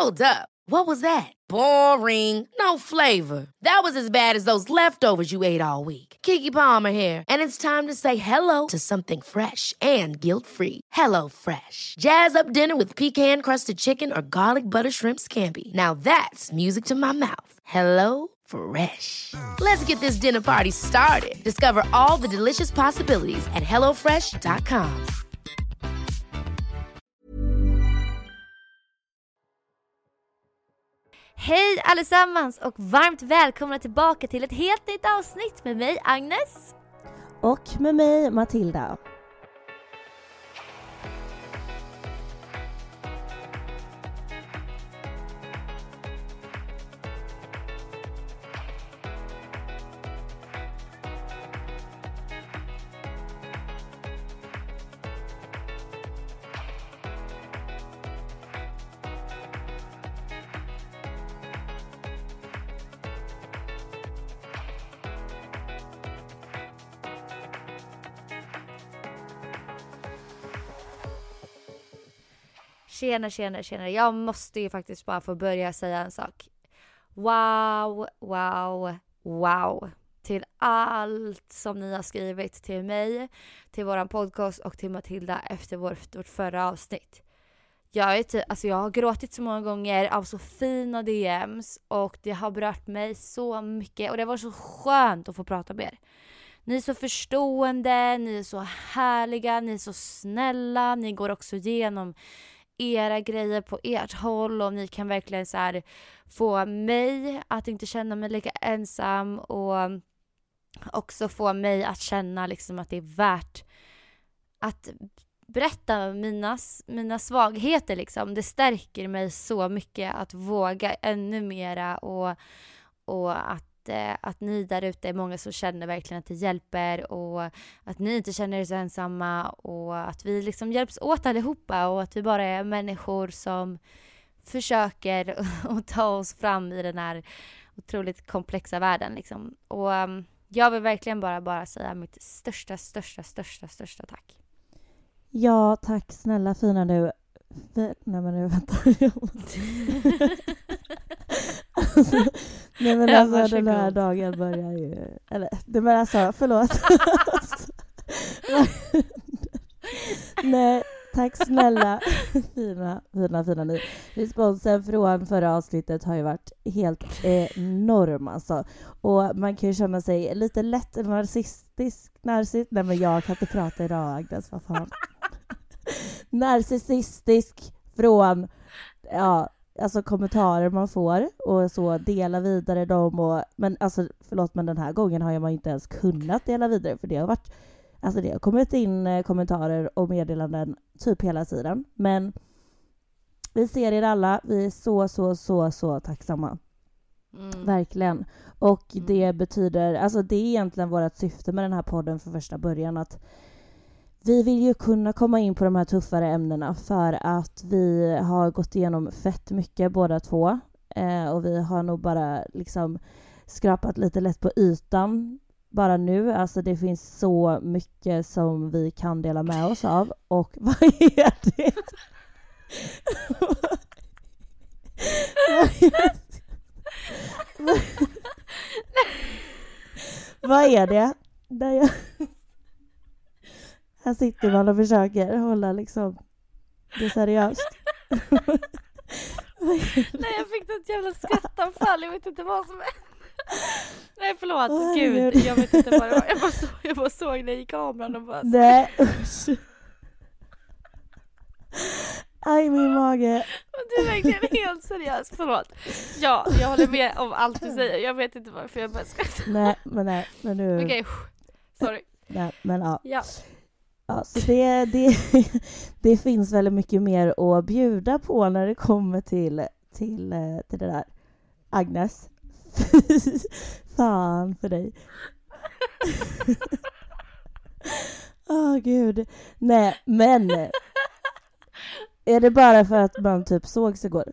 Hold up. What was that? Boring. No flavor. That was as bad as those leftovers you ate all week. Keke Palmer here, and it's time to say hello to something fresh and guilt-free. Hello Fresh. Jazz up dinner with pecan-crusted chicken or garlic butter shrimp scampi. Now that's music to my mouth. Hello Fresh. Let's get this dinner party started. Discover all the delicious possibilities at hellofresh.com. Hej allesammans och varmt välkomna tillbaka till ett helt nytt avsnitt med mig Agnes. Och med mig Matilda. Tjena. Jag måste ju faktiskt bara få börja säga en sak. Wow. Till allt som ni har skrivit till mig, till våran podcast och till Matilda efter vårt förra avsnitt. Jag har gråtit så många gånger av så fina DMs och det har berört mig så mycket och det var så skönt att få prata med er. Ni är så förstående, ni är så härliga, ni är så snälla, ni går också igenom era grejer på ert håll och ni kan verkligen så här få mig att inte känna mig lika ensam och också få mig att känna liksom att det är värt att berätta mina svagheter liksom. Det stärker mig så mycket att våga ännu mera och att ni där ute är många som känner verkligen att det hjälper och att ni inte känner er så ensamma och att vi liksom hjälps åt allihopa och att vi bara är människor som försöker att ta oss fram i den här otroligt komplexa världen liksom. Och jag vill verkligen bara säga mitt största tack. Ja, tack snälla fina du. Nej men nu vänta. Den här dagen börjar ju... Eller, det men alltså, förlåt. Nej, tack snälla. Fina ni. Responsen från förra avsnittet har ju varit helt enorm alltså. Och man kan ju känna sig lite lätt narcissistisk. Nej men jag kan inte prata idag Agnes, vad fan. Narcissistisk från alltså kommentarer man får och så dela vidare dem men alltså förlåt men den här gången har man inte ens kunnat dela vidare för det har kommit in kommentarer och meddelanden typ hela tiden, men vi ser er alla, vi är så tacksamma. Verkligen. Och det betyder, alltså det är egentligen vårt syfte med den här podden från första början, att vi vill ju kunna komma in på de här tuffare ämnena för att vi har gått igenom fett mycket båda två. Och vi har nog bara liksom skrapat lite lätt på ytan bara nu. Alltså det finns så mycket som vi kan dela med oss av. Och vad är det? Vad är det? Här sitter man och försöker hålla liksom det seriöst. Nej, jag fick ett jävla skrattanfall. Jag vet inte vad som är. Nej, förlåt. Gud, jag vet inte vad det var. Jag bara såg dig i kameran och bara... Nej, usch. Aj, min mage. Du är verkligen helt seriös. Förlåt. Ja, jag håller med om allt du säger. Jag vet inte varför jag bara skrattar. Nej, men nu... Okej, sorry. Nej, men ja. Ja, så det finns väldigt mycket mer att bjuda på när det kommer till det där. Agnes. Fan för dig. Gud. Nej, men är det bara för att man typ sågs igår?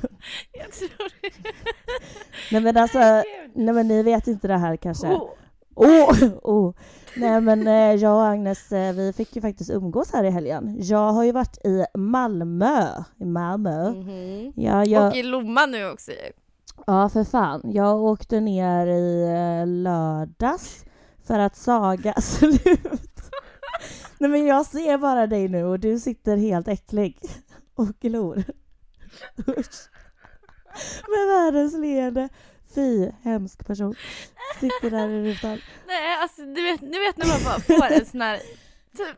Jag tror det. Nej men alltså, nej men ni vet inte det här kanske. Nej men jag och Agnes, vi fick ju faktiskt umgås här i helgen. Jag har ju varit i Malmö. Och i Lomma nu också. Ja, för fan. Jag åkte ner i lördags för att Saga slut. Nej men jag ser bara dig nu och du sitter helt äcklig och glor. Usch. Med världens leende. Fy, hemsk person. Sitter där i rutan. Nej, alltså du vet när man bara får en sån här typ.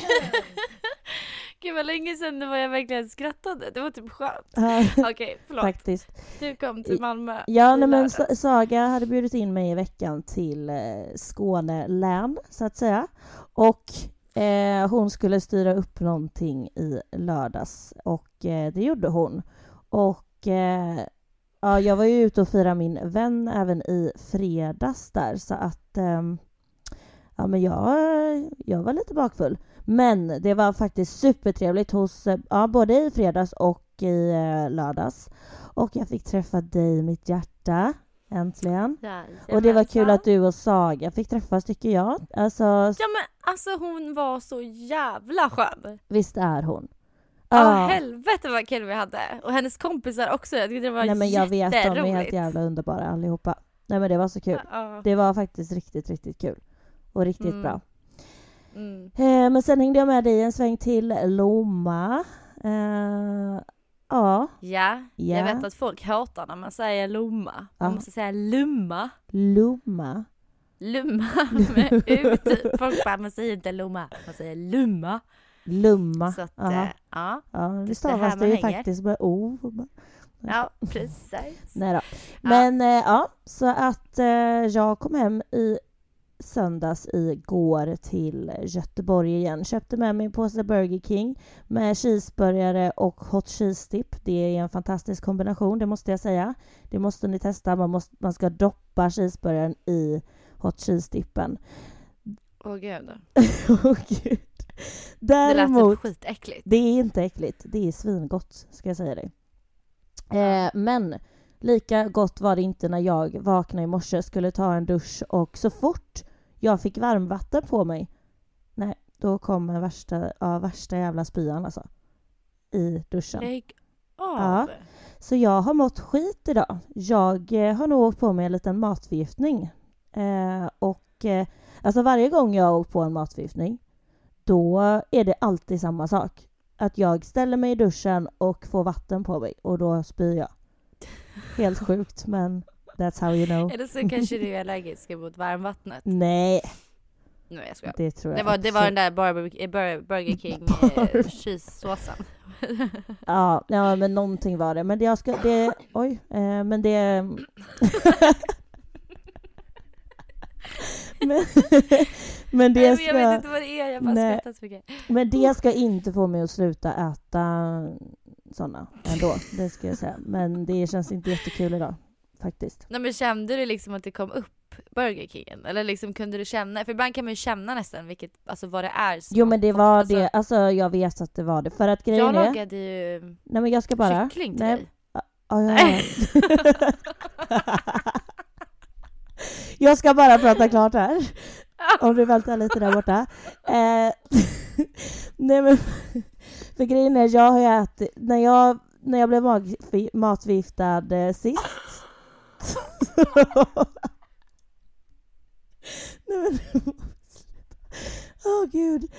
Gud vad länge sedan det var jag verkligen skrattade. Det var typ skönt. Okej, förlåt. Faktiskt. Du kom till Malmö. Ja, nej, men Saga hade bjudit in mig i veckan till Skåne län så att säga. Och hon skulle styra upp någonting i lördags. Och det gjorde hon. Och ja, jag var ju ute och firade min vän även i fredags där. Så att ja, men jag var lite bakfull. Men det var faktiskt supertrevligt hos, både i fredags och i lördags. Och jag fick träffa dig, mitt hjärta, äntligen. Och det var kul att du och Saga fick träffas, tycker jag. Alltså, ja, men alltså hon var så jävla skön. Visst är hon. Ja, helvete vad kul vi hade. Och hennes kompisar också. Jag tyckte det var men jag vet, de är helt jätteroligt. jävla underbara allihopa. Nej men det var så kul. Det var faktiskt riktigt, riktigt kul. Och riktigt bra. Men sen hängde jag med dig en sväng till Lomma. Ja, jag vet att folk hatar när man säger Lomma. Man måste säga Lumma. Lumma med U typ. Folk bara, man säger inte Lomma, man säger Lumma. Så att, det stavas det ju faktiskt med O. Ja, precis. Nej då. Men så att jag kom hem i söndags igår till Göteborg igen. Köpte med mig en påse Burger King med cheeseburgare och hot cheese dip. Det är en fantastisk kombination, det måste jag säga. Det måste ni testa. Man ska doppa cheeseburgaren i hot cheese dippen. Åh gud. Gud. Däremot, det lät skitäckligt. Det är inte äckligt. Det är svingott, ska jag säga dig. Men lika gott var det inte när jag vaknade i morse, skulle ta en dusch och så fort jag fick varmvatten på mig, nej, då kom värsta jävla spyan alltså i duschen. Lägg av. Ja. Så jag har mått skit idag. Jag har nog åkt på mig en liten matförgiftning. Alltså varje gång jag har åkt på en matförgiftning, då är det alltid samma sak. Att jag ställer mig i duschen och får vatten på mig och då spyr jag. Helt sjukt, men that's how you know. Eller så kanske du är allergisk mot varmvattnet. Nej. Nej, jag skojar. Det tror jag. Det var den där Burger King cheese-såsen. Ja, men någonting var det. Men men det... men det ska... Jag vet inte vad det är, jag bara skrattar så mycket. Men det ska inte få mig att sluta äta sådana ändå, det ska jag säga. Men det känns inte jättekul idag, faktiskt. Nej, men kände du liksom att det kom upp Burger King? Eller liksom kunde du känna? För ibland kan man ju känna nästan vad det är. Jo, men det var det. Alltså jag vet att det var det. För att grejen jag lagade ju nej, men jag ska bara... kyckling till dig. Ja. Jag ska bara prata klart här. Om du väntar lite där borta. Nej, men för grejen är, jag har ju ätit när jag blev matviftad sist. Nej, men gud.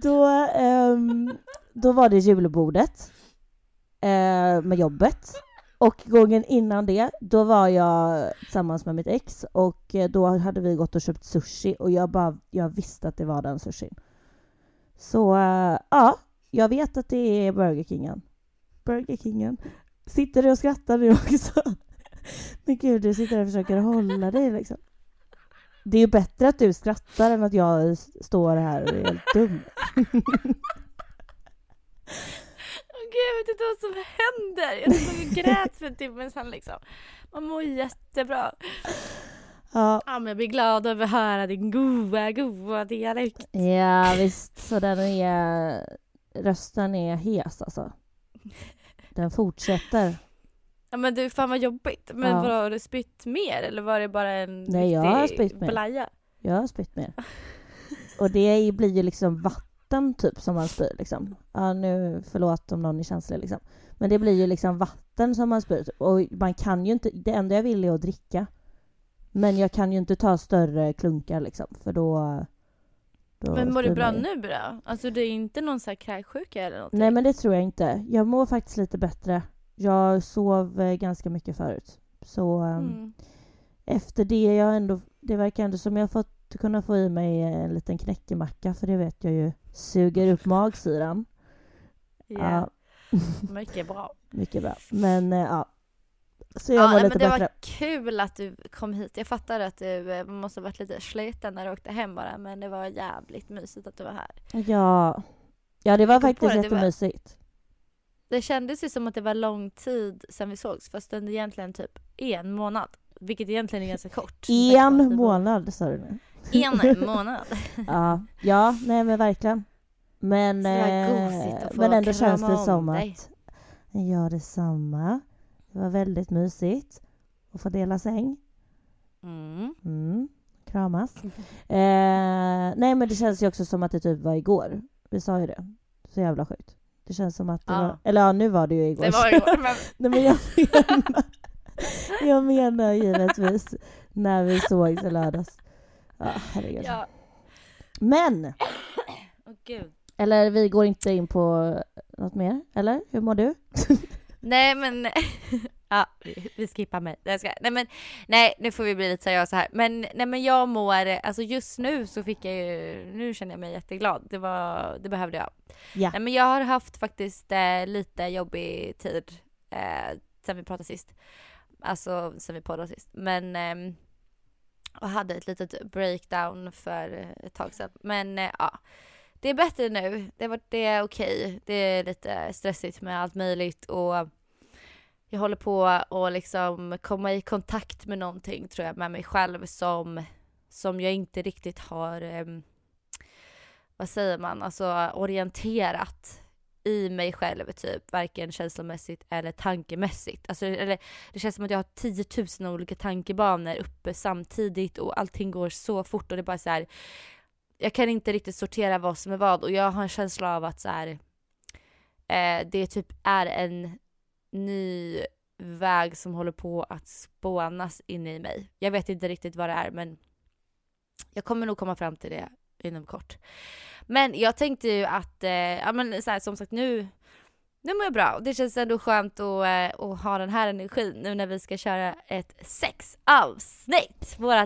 Då var det julbordet med jobbet. Och gången innan det, då var jag tillsammans med mitt ex och då hade vi gått och köpt sushi och jag visste att det var den sushin. Så jag vet att det är Burger Kingen. Burger Kingen. Sitter du och skrattar nu också? Men gud, du sitter och försöker hålla dig liksom. Det är ju bättre att du skrattar än att jag står här och är helt dum. Jag vet inte vad som händer. Jag stod och grät för en timme sedan liksom. Man mår jättebra. Ja, men jag blir glad över att höra din goa dialekt. Ja, visst. Så rösten är hes alltså. Den fortsätter. Ja, men du, fan vad jobbigt. Men Ja. har du spytt mer? Eller var det bara en Nej, jag har spytt mer. blaja? Jag har spytt mer. Och det blir ju liksom vatten typ som man spyr liksom. Ja, nu förlåt om någon är känslig liksom. Men det blir ju liksom vatten som man spyr. Och man kan ju inte, det enda jag vill är att dricka. Men jag kan ju inte ta större klunkar liksom. För då Men mår du bra nu nu då? Alltså det är inte någon så här kräksjuka eller någonting? Nej, men det tror jag inte. Jag mår faktiskt lite bättre. Jag sov ganska mycket förut. Så efter det, det verkar ändå som jag har kunna få i mig en liten knäckemacka. För det vet jag ju suger upp magsyran. Ja. Mycket bra. Mycket bra. Men ja. Så jag mår lite men det bättre. var kul att du kom hit. Jag fattar att du måste ha varit lite sliten när du åkte hem bara. Men det var jävligt mysigt att du var här. Ja, det var faktiskt jättemysigt. Det kändes ju som att det var lång tid sedan vi sågs. Fast det egentligen typ 1 månad. Vilket egentligen är ganska kort. 1 månad, sa du nu. 1 månad. Ja, nej men verkligen. Men ändå känns det som att... Ja, detsamma. Det var väldigt mysigt att få dela säng. Kramas. Nej, men det känns ju också som att det typ var igår. Vi sa ju det. Så jävla sjukt. Det känns som att det var... Eller ja, nu var det ju igår. Det var igår, men... Nej, men jag menar givetvis när vi sågs i lördags. Herregud. Ja. Men! Gud. Eller vi går inte in på något mer, eller? Hur mår du? Nej, men... vi skippar mig. Nej, nu får vi bli lite seriösa här. Men jag mår... Alltså just nu så fick jag ju... Nu känner jag mig jätteglad. Det behövde jag. Ja. Nej, men jag har haft faktiskt lite jobbig tid sen vi pratade sist. Alltså sen vi poddade sist. Men... och hade ett litet breakdown för ett tag sedan. Men det är bättre nu. Det är okej. Det är lite stressigt med allt möjligt. Och jag håller på att liksom komma i kontakt med någonting, tror jag, med mig själv som jag inte riktigt har, vad säger man, alltså orienterat i mig själv, typ, varken känslomässigt eller tankemässigt. Alltså, eller, det känns som att jag har 10 000 olika tankebanor uppe samtidigt och allting går så fort och det är bara så här, jag kan inte riktigt sortera vad som är vad och jag har en känsla av att så här, det typ är en ny väg som håller på att spånas in i mig. Jag vet inte riktigt vad det är, men jag kommer nog komma fram till det inom kort. Men jag tänkte ju att men så här, som sagt, nu mår jag bra. Det känns ändå skönt att ha den här energin nu när vi ska köra ett sexavsnitt. Vårat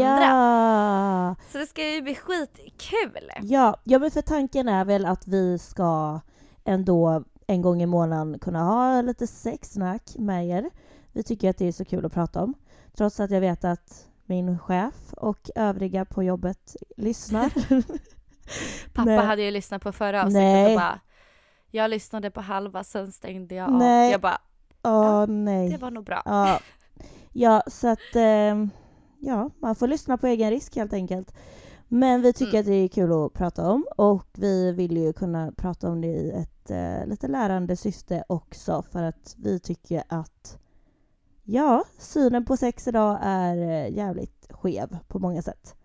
andra. Så det ska ju bli skitkul. Ja, men för tanken är väl att vi ska ändå en gång i månaden kunna ha lite sexsnack med er. Vi tycker att det är så kul att prata om. Trots att jag vet att min chef och övriga på jobbet lyssnar. Pappa hade ju lyssnat på förra avsnittet och bara, jag lyssnade på halva, sen stängde jag av. Jag bara, nej. Det var nog bra. Ja, så att man får lyssna på egen risk helt enkelt. Men vi tycker att det är kul att prata om och vi vill ju kunna prata om det i ett lite lärande syfte också, för att vi tycker att synen på sex idag är jävligt skev på många sätt.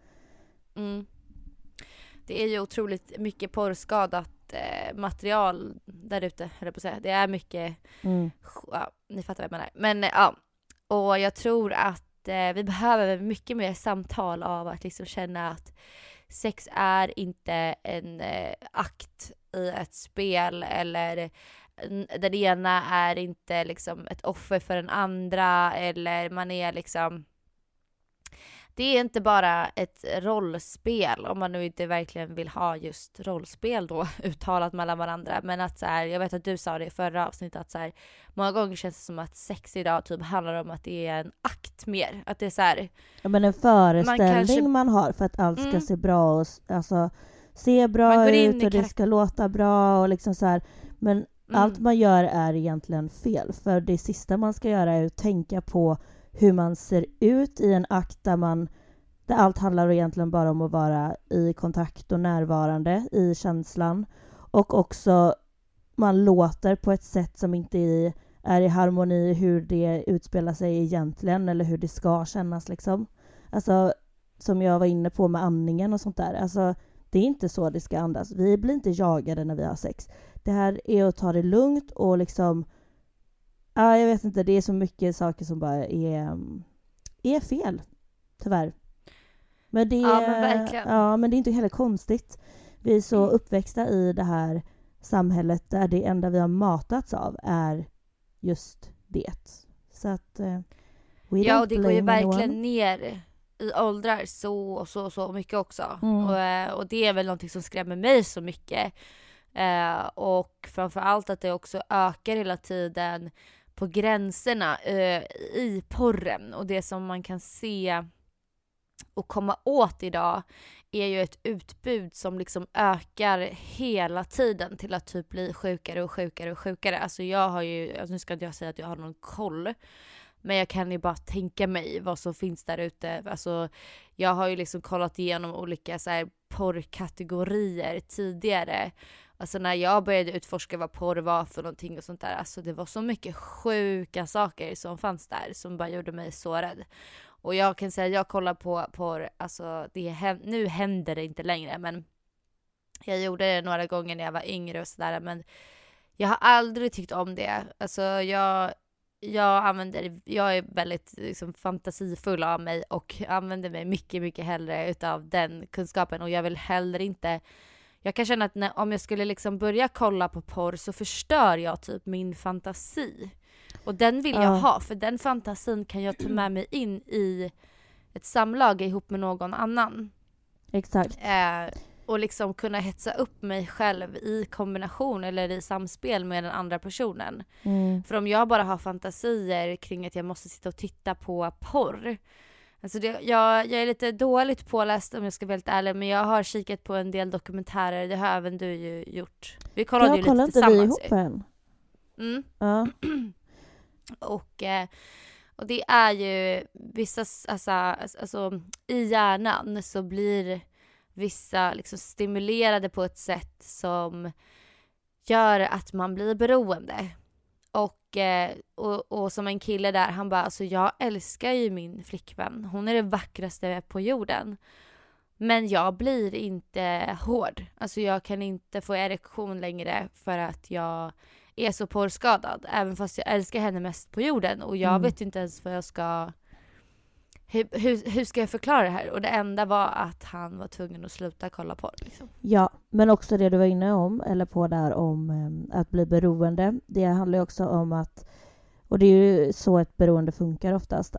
Det är ju otroligt mycket porrskadat material där ute, höll jag på att säga. Det är mycket, ni fattar vad jag menar. Men och jag tror att vi behöver mycket mer samtal av att liksom känna att sex är inte en akt i ett spel, eller den ena är inte liksom ett offer för den andra, eller man är liksom, det är inte bara ett rollspel, om man nu inte verkligen vill ha just rollspel då uttalat mellan varandra, men att så här, jag vet att du sa det i förra avsnittet, att så här, många gånger känns det som att sex idag typ handlar om att det är en akt mer, att det är så här, men en föreställning man har för att allt ska se bra och alltså se bra ut och det ska låta bra och liksom så här, men allt man gör är egentligen fel, för det sista man ska göra är att tänka på hur man ser ut i en akt där allt handlar egentligen bara om att vara i kontakt och närvarande i känslan, och också man låter på ett sätt som inte är i harmoni hur det utspelar sig egentligen eller hur det ska kännas liksom. Alltså som jag var inne på med andningen och sånt där. Alltså, det är inte så det ska andas. Vi blir inte jagade när vi har sex. Det här är att ta det lugnt och liksom... Ja, jag vet inte. Det är så mycket saker som bara är fel. Tyvärr. Men det, Ja, men verkligen. ja, men det är inte heller konstigt. Vi är så uppväxta i det här samhället där det enda vi har matats av är just det. Så att... Ja, och det går ju verkligen ner i åldrar så mycket också. Och det är väl någonting som skrämmer mig så mycket. Och framförallt att det också ökar hela tiden på gränserna i porren. Och det som man kan se och komma åt idag är ju ett utbud som liksom ökar hela tiden till att typ bli sjukare och sjukare och sjukare. Alltså jag har ju, alltså nu ska inte jag säga att jag har någon koll, men jag kan ju bara tänka mig vad som finns där ute. Alltså jag har ju liksom kollat igenom olika så här porrkategorier tidigare. Alltså när jag började utforska vad porr var för någonting och sånt där. Alltså det var så mycket sjuka saker som fanns där som bara gjorde mig så rädd. Och jag kan säga att jag kollar på porr, alltså nu händer det inte längre, men jag gjorde det några gånger när jag var yngre och sådär. Men jag har aldrig tyckt om det. Alltså jag är väldigt liksom fantasifull av mig och använder mig mycket, mycket hellre utav den kunskapen. Och jag vill heller inte... Jag kan känna att om jag skulle liksom börja kolla på porr så förstör jag typ min fantasi. Och den vill jag ha, för den fantasin kan jag ta med mig in i ett samlag ihop med någon annan. Exakt. Och liksom kunna hetsa upp mig själv i kombination eller i samspel med den andra personen. För om jag bara har fantasier kring att jag måste sitta och titta på porr. Alltså jag är lite dåligt påläst om jag ska vara helt ärlig, men jag har kikat på en del dokumentärer. Det har även du ju gjort. Vi kollade ju lite tillsammans. Vi ihop än. Ja. Och det är ju vissa, alltså i hjärnan så blir vissa liksom stimulerade på ett sätt som gör att man blir beroende. Och som en kille där, han bara, alltså jag älskar ju min flickvän. Hon är det vackraste på jorden. Men jag blir inte hård. Alltså jag kan inte få erektion längre för att jag är så porrskadad. Även fast jag älskar henne mest på jorden. Och jag vet inte ens vad jag ska... Hur ska jag förklara det här? Och det enda var att han var tvungen att sluta kolla porr. Liksom. Ja, men också det du var inne om, eller på där om att bli beroende. Det handlar ju också om att, och det är ju så ett beroende funkar oftast,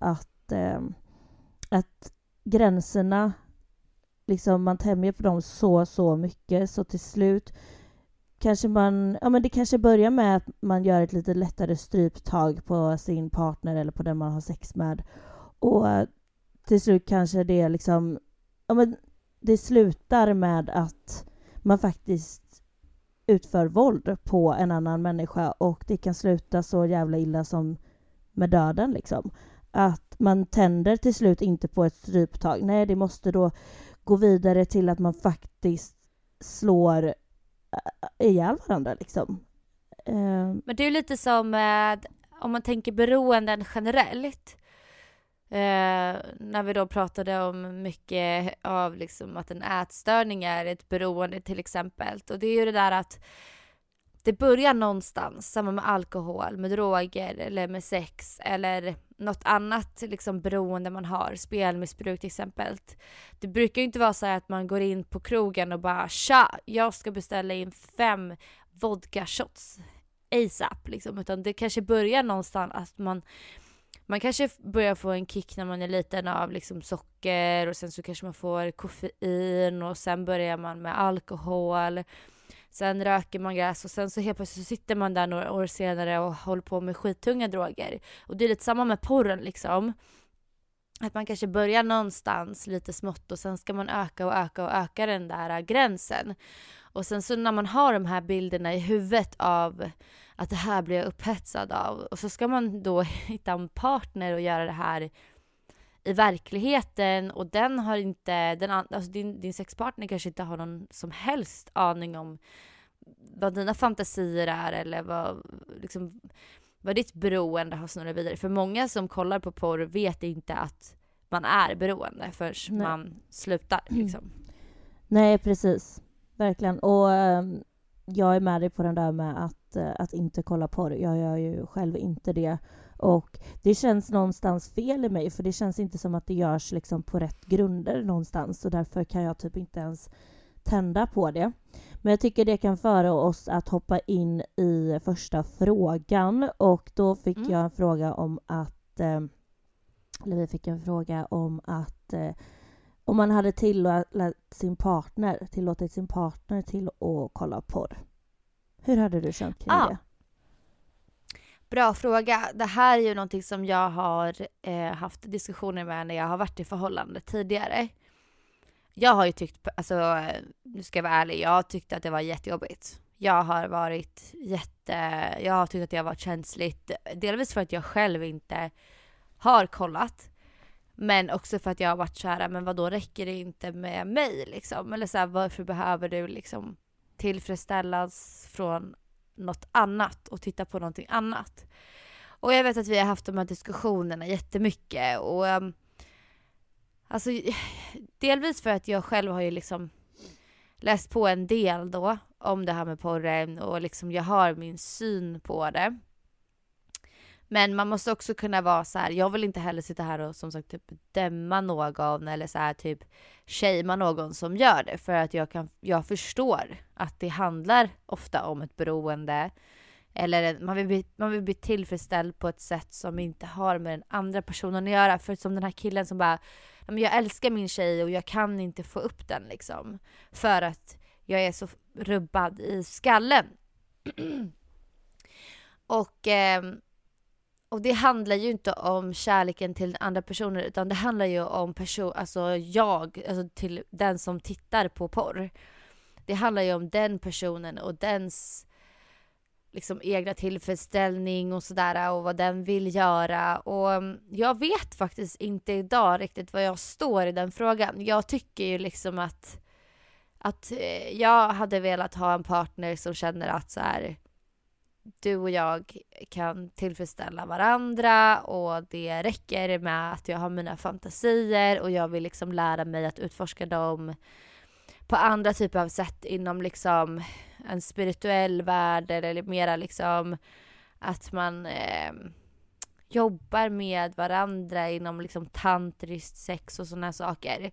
att gränserna, liksom man tämjer på dem så mycket, så till slut kanske det kanske börjar med att man gör ett lite lättare stryptag på sin partner eller på den man har sex med. Och till slut kanske det liksom, det slutar med att man faktiskt utför våld på en annan människa, och det kan sluta så jävla illa som med döden liksom. Att man tänder till slut inte på ett stryptag. Nej, det måste då gå vidare till att man faktiskt slår ihjäl varandra liksom. Men det är ju lite som om man tänker beroenden generellt. När vi då pratade om mycket av liksom att en ätstörning är ett beroende till exempel. Och det är ju det där att det börjar någonstans, samma med alkohol, med droger eller med sex eller något annat liksom beroende man har, spelmissbruk till exempel. Det brukar ju inte vara så här att man går in på krogen och bara tja, jag ska beställa in 5 vodka shots ASAP liksom, utan det kanske börjar någonstans att man kanske börjar få en kick när man är liten av liksom socker, och sen så kanske man får koffein, och sen börjar man med alkohol. Sen röker man gräs, och sen så helt plötsligt så sitter man där några år senare och håller på med skittunga droger. Och det är lite samma med porren liksom. Att man kanske börjar någonstans lite smått, och sen ska man öka den där gränsen. Och sen så när man har de här bilderna i huvudet av att det här blir jag upphetsad av, och så ska man då hitta en partner och göra det här i verkligheten, och den har inte alltså din sexpartner kanske inte har någon som helst aning om vad dina fantasier är eller vad ditt beroende har snurrat vidare. För många som kollar på porr vet inte att man är beroende förrän man slutar liksom. Nej, precis. Verkligen. Och jag är med dig på den där med att inte kolla porr. Jag gör ju själv inte det. Och det känns någonstans fel i mig, för det känns inte som att det görs liksom på rätt grunder någonstans. Och därför kan jag typ inte ens tända på det. Men jag tycker det kan föra oss att hoppa in i första frågan. Och då fick jag en fråga om att... eller vi fick en fråga om att... om man hade tillåtit sin partner till att kolla porr. Hur hade du känt kring det? Bra fråga. Det här är ju någonting som jag har haft diskussioner med när jag har varit i förhållande tidigare. Jag har ju tyckt, alltså nu ska jag vara ärlig, jag har tyckt att det var jättejobbigt. Jag har tyckt att det har varit känsligt. Delvis för att jag själv inte har kollat. Men också för att jag har varit så här, men vadå, räcker det inte med mig liksom? Eller så här, varför behöver du liksom tillfredsställas från något annat och titta på någonting annat? Och jag vet att vi har haft de här diskussionerna jättemycket. Och alltså, delvis för att jag själv har ju liksom läst på en del då om det här med porren och liksom jag har min syn på det. Men man måste också kunna vara så här, jag vill inte heller sitta här och som sagt typ döma någon eller så här typ shamea någon som gör det, för att jag förstår att det handlar ofta om ett beroende, eller man vill bli tillfredsställd på ett sätt som inte har med den andra personen att göra. För som den här killen som bara, jag älskar min tjej och jag kan inte få upp den liksom, för att jag är så rubbad i skallen. Och det handlar ju inte om kärleken till andra personer, utan det handlar ju om till den som tittar på porr. Det handlar ju om den personen och dens liksom egna tillfredsställning och sådär, och vad den vill göra. Och jag vet faktiskt inte idag riktigt vad jag står i den frågan. Jag tycker ju liksom att jag hade velat ha en partner som känner att så här, du och jag kan tillfredsställa varandra och det räcker med att jag har mina fantasier och jag vill liksom lära mig att utforska dem på andra typer av sätt inom liksom en spirituell värld, eller mera liksom att man jobbar med varandra inom liksom tantriskt sex och såna saker.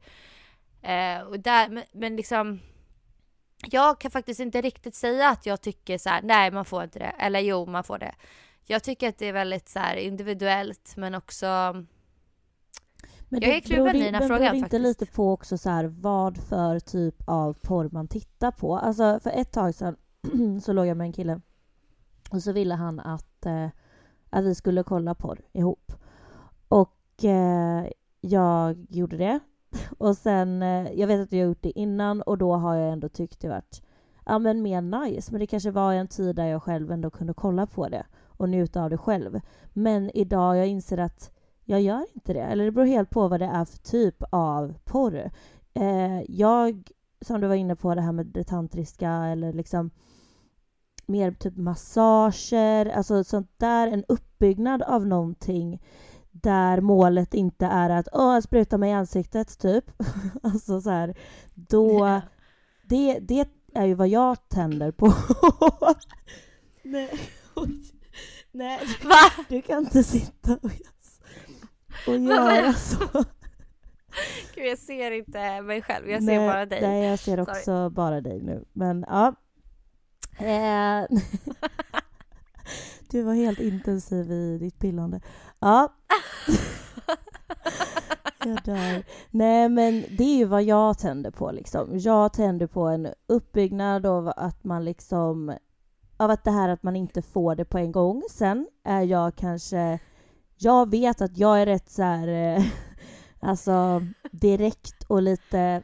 Men liksom jag kan faktiskt inte riktigt säga att jag tycker så här, nej man får inte det, eller jo man får det. Jag tycker att det är väldigt så här individuellt, men också men jag är kluven i den här frågan faktiskt. Inte lite på också så här, vad för typ av porr man tittar på. Alltså för ett tag sedan så låg jag med en kille och så ville han att vi skulle kolla porr ihop. Och jag gjorde det. Och sen, jag vet att jag har gjort det innan och då har jag ändå tyckt det varit men mer nice. Men det kanske var en tid där jag själv ändå kunde kolla på det och njuta av det själv. Men idag jag inser att jag gör inte det. Eller det beror helt på vad det är för typ av porr. Jag, som du var inne på, det här med det tantriska eller liksom mer typ massager, alltså sånt där, en uppbyggnad av någonting där målet inte är att spruta mig i ansiktet typ. Alltså så här, då det är ju vad jag tänder på. Nej. Va? Du kan inte sitta och göra så. Gud, jag ser inte mig själv, jag ser bara dig. Nej, jag ser också bara dig nu. Men ja. Du var helt intensiv i ditt pillande. Ja. Jag dör. Nej, men det är ju vad jag tänder på liksom. Jag tänder på en uppbyggnad av att man liksom, av att det här att man inte får det på en gång. Sen är jag vet att jag är rätt så här alltså direkt och lite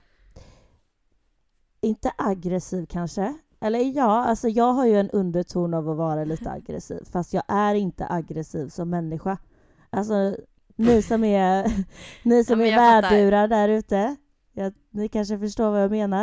inte aggressiv kanske. Eller ja, alltså jag har ju en underton av att vara lite aggressiv. Fast jag är inte aggressiv som människa. Alltså ni som är värdurar där ute. Ni kanske förstår vad jag menar.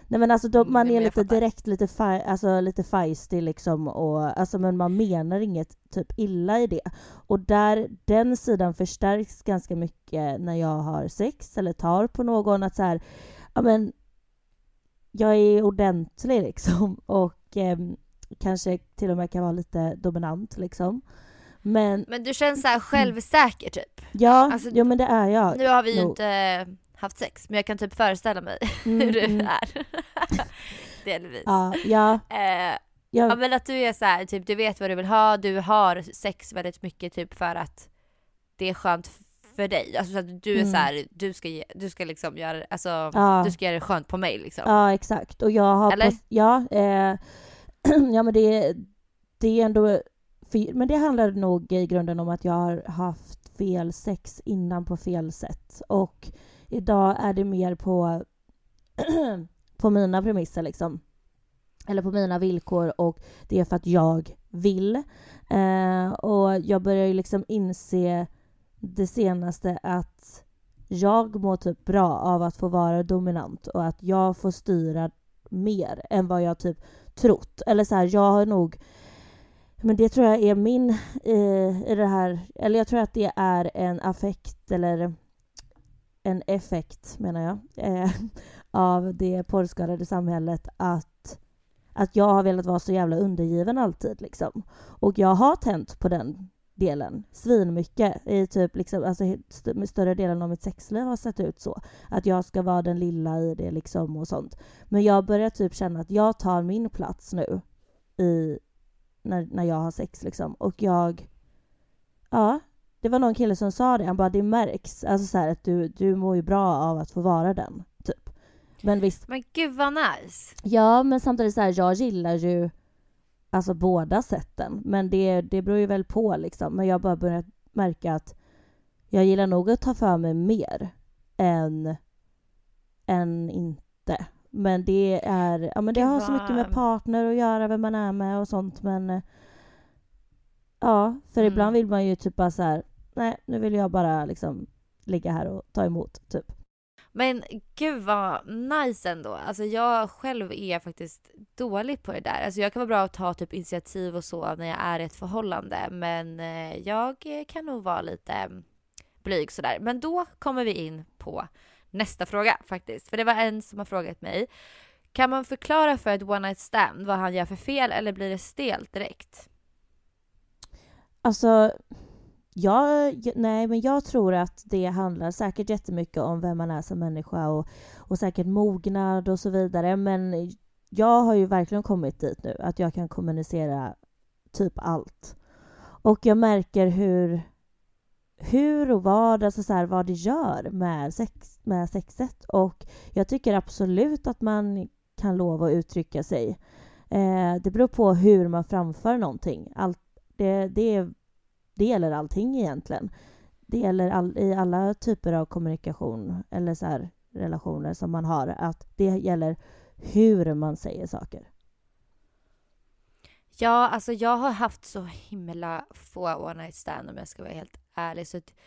Nej men alltså man är jag lite fattar. direkt lite feisty liksom, och alltså, men man menar inget typ illa i det. Och den sidan förstärks ganska mycket när jag har sex eller tar på någon, att så här, ja men jag är ordentlig liksom, och kanske till och med kan vara lite dominant liksom. Men du känns så här självsäker typ. ja, Alltså, ja men det är jag. Nu har vi ju nog. inte haft sex, men jag kan typ föreställa mig hur det är. Delvis. Ja. Ja, men att du är så här, typ du vet vad du vill ha, du har sex väldigt mycket typ för att det är skönt för dig. Alltså så att du är så här, du ska liksom göra, alltså du ska göra det skönt på mig liksom. Ja, exakt. Och jag har Eller? ja, ja men det är ändå, men det handlar nog i grunden om att jag har haft fel sex innan på fel sätt, och idag är det mer på på mina premisser liksom, eller på mina villkor, och det är för att jag vill. Och jag börjar ju liksom inse det senaste att jag mår typ bra av att få vara dominant, och att jag får styra mer än vad jag typ trott. Eller så här, jag har nog, men det tror jag är min i det här, eller jag tror att det är en affekt, eller en effekt menar jag, av det porrskadade samhället, att jag har velat vara så jävla undergiven alltid liksom. Och jag har tänt på den delen svinmycket i typ liksom, alltså större delen av mitt sexliv har sett ut så, att jag ska vara den lilla i det liksom och sånt. Men jag börjar typ känna att jag tar min plats nu när jag har sex liksom. Och det var någon kille som sa det, han bara, det märks alltså så här, att du mår ju bra av att få vara den typ. Men visst. Men gud vad nice. Ja, men samtidigt så här, jag gillar ju alltså båda sätten, men det beror ju väl på liksom. Men jag bara börjat märka att jag gillar nog att ta för mig mer än inte. Men det är, ja men det har så mycket med partner att göra, vem man är med och sånt, men ja, för ibland vill man ju typ bara så här, nej, nu vill jag bara liksom ligga här och ta emot typ. Men gud vad nice ändå. Alltså jag själv är faktiskt dålig på det där. Alltså jag kan vara bra att ta typ initiativ och så när jag är i ett förhållande. Men jag kan nog vara lite blyg sådär. Men då kommer vi in på nästa fråga faktiskt. För det var en som har frågat mig. Kan man förklara för ett one night stand vad han gör för fel, eller blir det stelt direkt? Alltså, men jag tror att det handlar säkert jättemycket om vem man är som människa, och säkert mognad och så vidare. Men jag har ju verkligen kommit dit nu att jag kan kommunicera typ allt. Och jag märker hur och vad, alltså så här, vad det gör med sexet. Och jag tycker absolut att man kan lova att uttrycka sig. Det beror på hur man framför någonting. Det gäller allting egentligen. Det gäller i alla typer av kommunikation eller så här relationer som man har, att det gäller hur man säger saker. Ja, alltså jag har haft så himla få one night stand om jag ska vara helt ärlig. Så att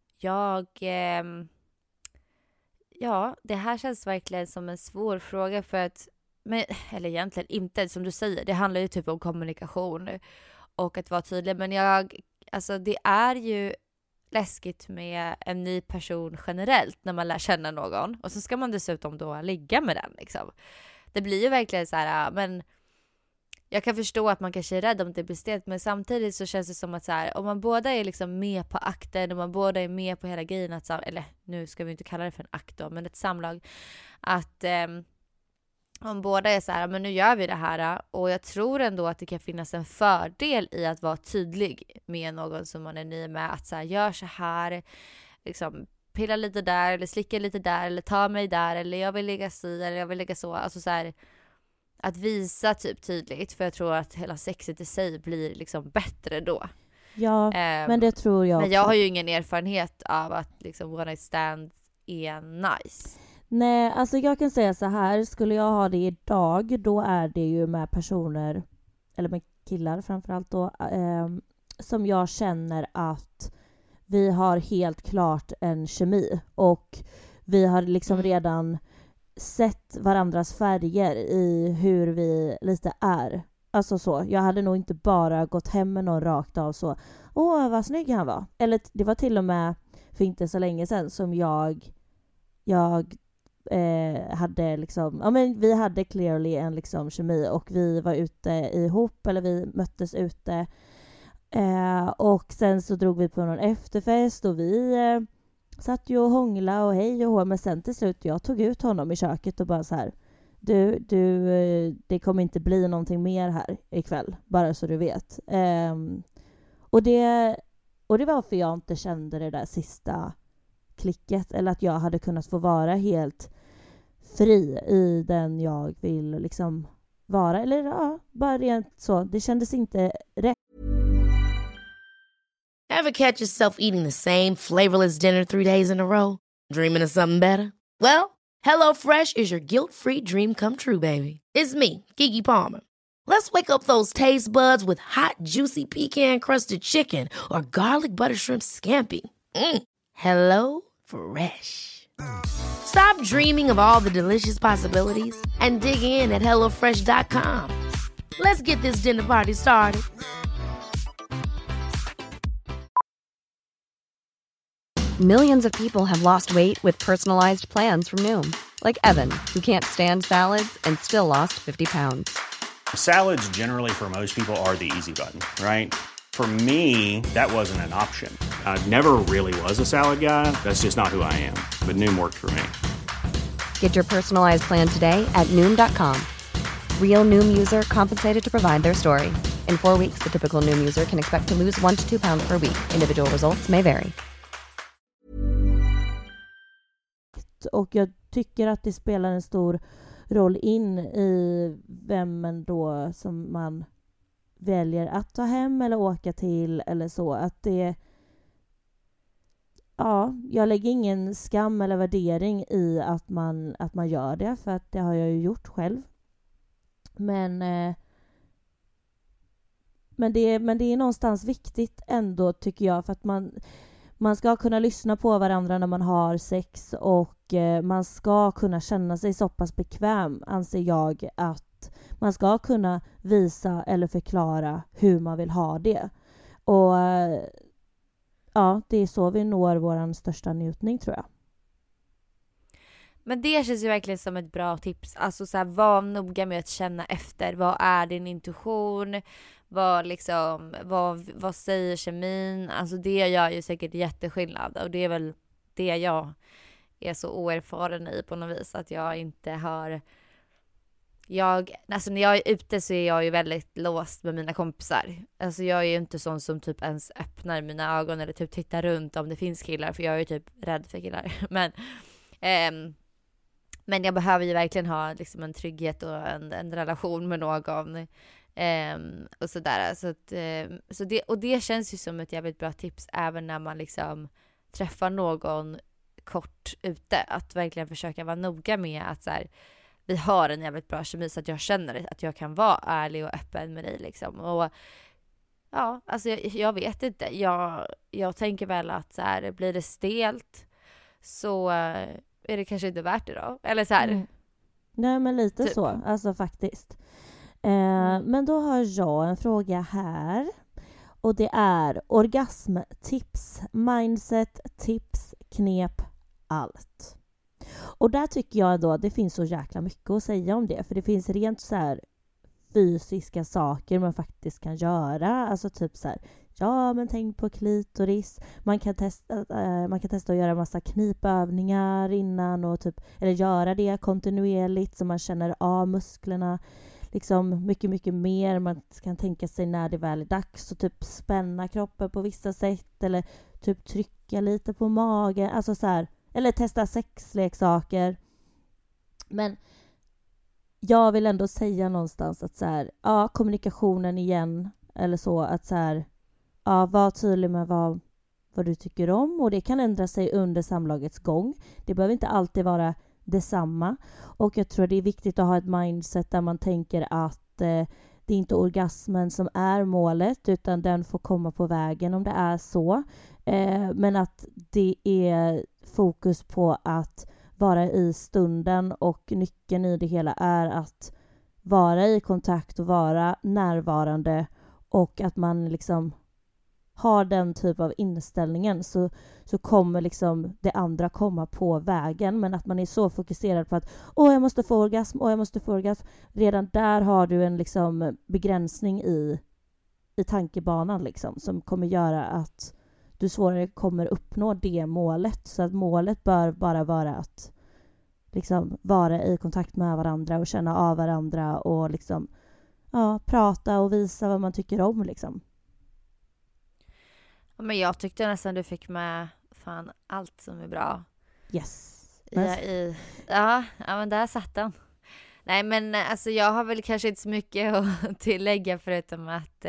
det här känns verkligen som en svår fråga, för att, eller egentligen inte, som du säger, det handlar ju typ om kommunikation och att vara tydlig. Men alltså det är ju läskigt med en ny person generellt när man lär känna någon. Och så ska man dessutom då ligga med den liksom. Det blir ju verkligen så här, men jag kan förstå att man kanske är rädd om det blir stelt, men samtidigt så känns det som att så här, om man båda är liksom med på akten och man båda är med på hela grejen, eller nu ska vi inte kalla det för en akt då, men ett samlag, att om båda är så här, men nu gör vi det här, och jag tror ändå att det kan finnas en fördel i att vara tydlig med någon som man är ny med, att så här, gör så här, liksom pilla lite där, eller slicka lite där, eller ta mig där, eller jag vill lägga si, eller jag vill lägga så, alltså så här, att visa typ tydligt, för jag tror att hela sexet i sig blir liksom bättre då. Ja, men det tror jag också. Men jag har ju ingen erfarenhet av att liksom one night stand är nice. Nej, alltså jag kan säga så här, skulle jag ha det idag, då är det ju med personer, eller med killar framförallt då, som jag känner att vi har helt klart en kemi, och vi har liksom redan sett varandras färger i hur vi lite är. Alltså så, jag hade nog inte bara gått hem med någon rakt av så. Åh, vad snygg han var. Eller det var till och med för inte så länge sedan som jag hade liksom, ja men vi hade clearly en liksom kemi och vi var ute ihop eller vi möttes ute och sen så drog vi på någon efterfest och vi satt ju och hångla och hej och hå, men sen till slut jag tog ut honom i köket och bara så här, du det kommer inte bli någonting mer här ikväll, bara så du vet. Och det var för jag inte kände det där sista klicket eller att jag hade kunnat få vara helt fri i den jag vill liksom vara, eller ja, bara rent så. Det kändes inte rätt. Ever catch yourself eating the same flavorless dinner 3 days in a row? Dreaming of something better? Well, HelloFresh is your guilt-free dream come true, baby. It's me, Keke Palmer. Let's wake up those taste buds with hot, juicy pecan-crusted chicken or garlic butter shrimp scampi. Hello Fresh. Stop dreaming of all the delicious possibilities and dig in at HelloFresh.com. Let's get this dinner party started. Millions of people have lost weight with personalized plans from Noom. Like Evan, who can't stand salads and still lost 50 pounds. Salads generally for most people are the easy button, right? For me, that wasn't an option. I never really was a salad guy. That's just not who I am. But Noom worked for me. Get your personalized plan today at Noom.com. Real Noom user compensated to provide their story. In 4 weeks, the typical Noom user can expect to lose 1 to 2 pounds per week. Individual results may vary. Och jag tycker att det spelar en stor roll in i vem man då som man väljer att ta hem eller åka till eller så. Att det, ja, jag lägger ingen skam eller värdering i att man gör det, för att det har jag ju gjort själv. Men det är någonstans viktigt ändå, tycker jag, för att man ska kunna lyssna på varandra när man har sex och man ska kunna känna sig så pass bekväm, anser jag, att man ska kunna visa eller förklara hur man vill ha det. Och ja, det är så vi når vår största njutning, tror jag. Men det känns ju verkligen som ett bra tips. Alltså så här, var noga med att känna efter. Vad är din intuition? Vad säger kemin? Alltså det gör ju säkert jätteskillnad. Och det är väl det jag är så oerfaren i på något vis. Att jag inte har... Alltså när jag är ute så är jag ju väldigt låst med mina kompisar. Alltså jag är ju inte sån som typ ens öppnar mina ögon eller typ tittar runt om det finns killar. För jag är ju typ rädd för killar. Men jag behöver ju verkligen ha liksom en trygghet och en relation med någon. Och sådär. Det känns ju som ett jävligt bra tips även när man liksom träffar någon kort ute. Att verkligen försöka vara noga med att så här, vi har en jävligt bra kemi så att jag känner att jag kan vara ärlig och öppen med dig liksom. Och ja, alltså jag vet inte. Jag tänker väl att så här, blir det stelt så är det kanske inte värt det då. Eller så här. Nej, men lite typ. så. Alltså faktiskt. Men då har jag en fråga här. Och det är orgasmtips, mindset, tips, knep, allt. Och där tycker jag då det finns så jäkla mycket att säga om det. För det finns rent så här fysiska saker man faktiskt kan göra. Alltså typ så här, ja men tänk på klitoris. Man kan testa att göra massa knipövningar innan och typ, eller göra det kontinuerligt så man känner av musklerna liksom mycket, mycket mer. Man kan tänka sig när det väl är dags och typ spänna kroppen på vissa sätt eller typ trycka lite på magen. Alltså så här, eller testa sexleksaker. Men jag vill ändå säga någonstans att så här, ja, kommunikationen igen eller så, att så här, ja, var tydlig med vad du tycker om, och det kan ändra sig under samlagets gång. Det behöver inte alltid vara detsamma, och jag tror det är viktigt att ha ett mindset där man tänker att det är inte orgasmen som är målet, utan den får komma på vägen om det är så. Men att det är fokus på att vara i stunden, och nyckeln i det hela är att vara i kontakt och vara närvarande, och att man liksom har den typ av inställningen, så kommer liksom det andra komma på vägen. Men att man är så fokuserad på att jag måste få orgasm, redan där har du en liksom begränsning i tankebanan liksom, som kommer göra att du svårare kommer uppnå det målet. Så att målet bör bara vara att liksom vara i kontakt med varandra och känna av varandra och liksom prata och visa vad man tycker om liksom. Ja, men jag tyckte nästan du fick med fan allt som är bra. Yes. Ja, men där satt den. Nej, men alltså jag har väl kanske inte så mycket att tillägga förutom att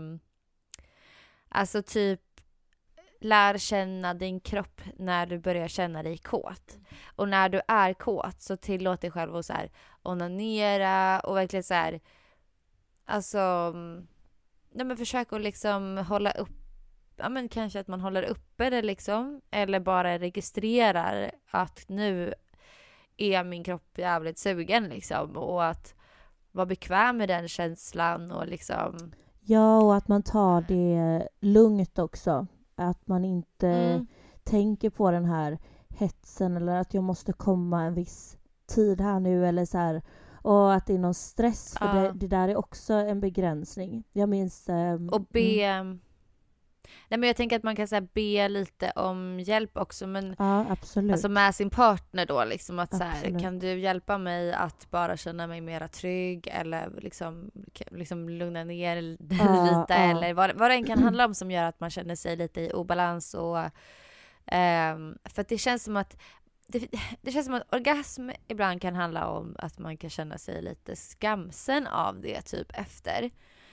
alltså typ lär känna din kropp när du börjar känna dig kåt. Och när du är kåt så tillåt dig själv att så här onanera och verkligen så här, alltså men försök att liksom hålla upp, ja men kanske att man håller uppe det liksom, eller bara registrerar att nu är min kropp jävligt sugen liksom, och att vara bekväm med den känslan och liksom. Ja, och att man tar det lugnt också. Att man inte tänker på den här hetsen eller att jag måste komma en viss tid här nu eller så här, och att det är någon stress, för det där är också en begränsning. Jag minns och be nej, men jag tänker att man kan så här, be lite om hjälp också, men absolut. Alltså med sin partner då liksom, att så här, kan du hjälpa mig att bara känna mig mera trygg eller liksom lugna ner lite eller vad det än kan handla om som gör att man känner sig lite i obalans. Och för att det känns som att det känns som att orgasm ibland kan handla om att man kan känna sig lite skamsen av det typ efter.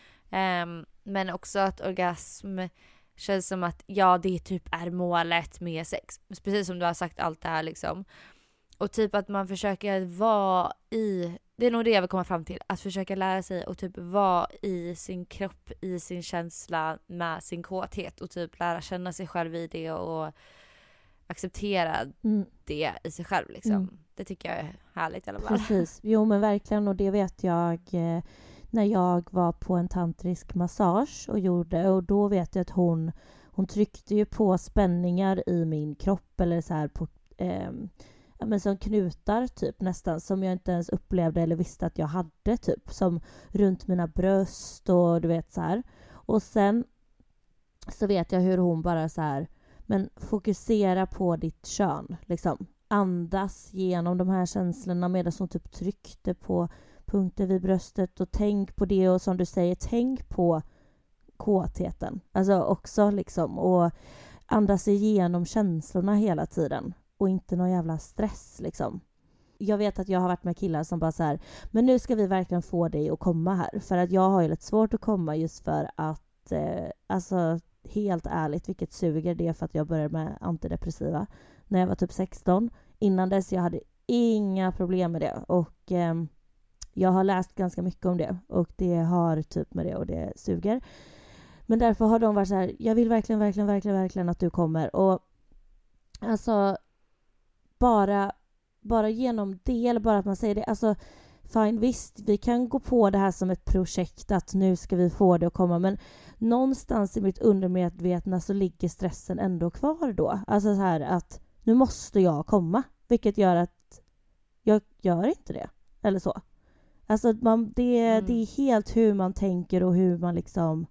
Men också att orgasm känns som att det typ är målet med sex. Precis som du har sagt allt det här liksom. Och typ att man försöker vara i, det är nog det jag vill komma fram till, att försöka lära sig och typ vara i sin kropp, i sin känsla med sin kåthet och typ lära känna sig själv i det och acceptera det i sig själv liksom. Det tycker jag är härligt i alla fall. Precis, jo men verkligen, och det vet jag när jag var på en tantrisk massage och då vet jag att hon tryckte ju på spänningar i min kropp eller så här på men som knutar typ nästan, som jag inte ens upplevde eller visste att jag hade, typ som runt mina bröst och du vet så här. Och sen så vet jag hur hon bara så här, men fokusera på ditt kön liksom. Andas genom de här känslorna medan hon typ tryckte på punkter vid bröstet, och tänk på det, och som du säger, tänk på kåtheten. Alltså också liksom, och andas igenom känslorna hela tiden och inte någon jävla stress liksom. Jag vet att jag har varit med killar som bara så här, men nu ska vi verkligen få dig att komma här, för att jag har ju lite svårt att komma just för att alltså helt ärligt, vilket suger, det är för att jag började med antidepressiva när jag var typ 16. Innan dess jag hade inga problem med det, och jag har läst ganska mycket om det och det har typ med det, och det suger. Men därför har de varit så här, jag vill verkligen att du kommer. Och alltså bara genom det, eller bara att man säger det, alltså fine, visst, vi kan gå på det här som ett projekt att nu ska vi få det att komma, men någonstans i mitt undermedvetna så ligger stressen ändå kvar då. Alltså så här att nu måste jag komma, vilket gör att jag gör inte det, eller så. Alltså det är helt hur man tänker och hur man liksom,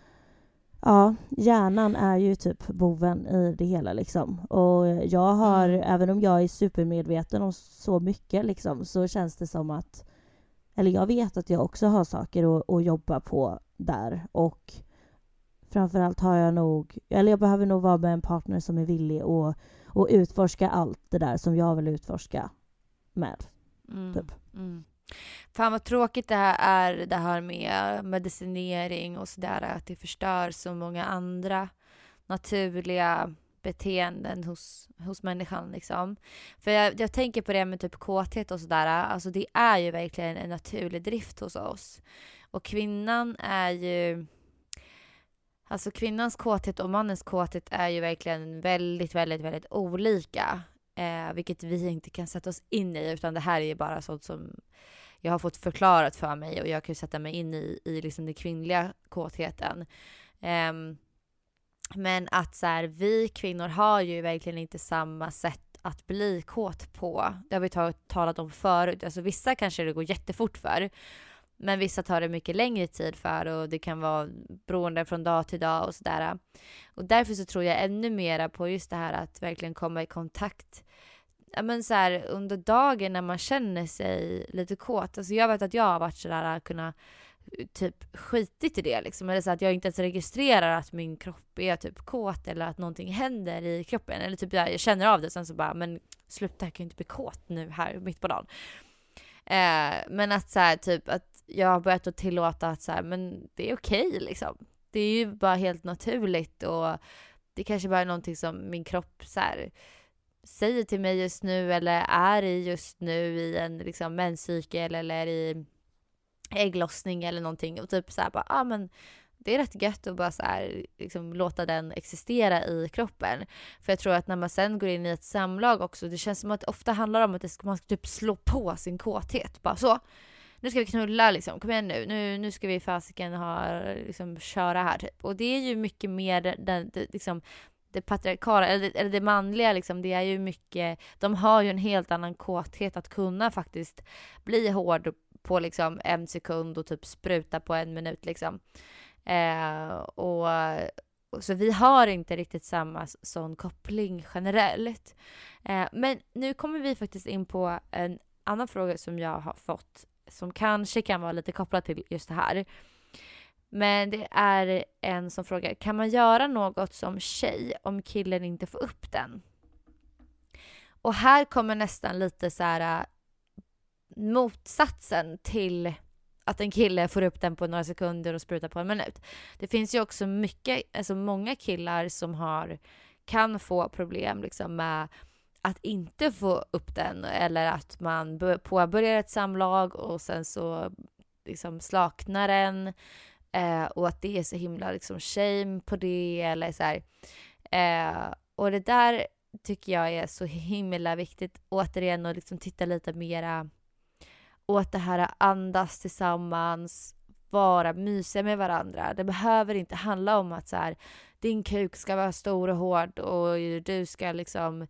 hjärnan är ju typ boven i det hela liksom. Och jag har, även om jag är supermedveten om så mycket liksom, så känns det som att, eller jag vet att jag också har saker att jobba på där, och framförallt har jag behöver nog vara med en partner som är villig att utforska allt det där som jag vill utforska med. Typ. Fan vad tråkigt det här är, det här med medicinering och sådär, att det förstör så många andra naturliga beteenden hos människan liksom. För jag tänker på det med typ kåthet och sådär, alltså det är ju verkligen en naturlig drift hos oss. Och kvinnan är ju, alltså kvinnans kåthet och mannens kåthet är ju verkligen väldigt, väldigt, väldigt olika. vilket vi inte kan sätta oss in i, utan det här är ju bara sånt som jag har fått förklarat för mig och jag kan ju sätta mig in i liksom den kvinnliga kåtheten. Men att så här, vi kvinnor har ju verkligen inte samma sätt att bli kåt på. Det har vi talat om förut. Alltså vissa kanske det går jättefort för. Men vissa tar det mycket längre tid för och det kan vara beroende från dag till dag och sådär. Och därför så tror jag ännu mera på just det här att verkligen komma i kontakt. Ja, men så här, under dagen när man känner sig lite kåt. Alltså jag vet att jag har varit sådär kunna typ skitit i det liksom. Eller så att jag inte ens registrerar att min kropp är typ kåt eller att någonting händer i kroppen. Eller typ jag känner av det sen så bara, men sluta, jag kan ju inte bli kåt nu här mitt på dagen. Men att så här, typ att jag har börjat att tillåta att så här, men det är okej liksom. Det är ju bara helt naturligt och det kanske bara är någonting som min kropp så här säger till mig just nu eller är i just nu i en liksom menscykel eller i ägglossning eller någonting och typ så här bara, men det är rätt gött att bara så här, liksom, låta den existera i kroppen. För jag tror att när man sen går in i ett samlag också, det känns som att det ofta handlar om att man ska typ slå på sin kåthet. Bara så, nu ska vi knulla liksom, kom igen nu ska vi fasiken liksom, köra här typ. Och det är ju mycket mer liksom, det patriarkala eller det manliga liksom, det är ju mycket, de har ju en helt annan kåthet att kunna faktiskt bli hård på liksom 1 sekund och typ spruta på 1 minut liksom. Och så vi har inte riktigt samma sån koppling generellt. Men nu kommer vi faktiskt in på en annan fråga som jag har fått som kanske kan vara lite kopplad till just det här. Men det är en som frågar, kan man göra något som tjej om killen inte får upp den? Och här kommer nästan lite så här motsatsen till att en kille får upp den på några sekunder och sprutar på 1 minut. Det finns ju också många killar som kan få problem liksom med att inte få upp den eller att man påbörjar ett samlag och sen så liksom slaknar den och att det är så himla liksom shame på det eller så här. Och det där tycker jag är så himla viktigt återigen att liksom titta lite mera åt det här andas tillsammans, vara mysiga med varandra. Det behöver inte handla om att så här, din kuk ska vara stor och hård och du ska liksom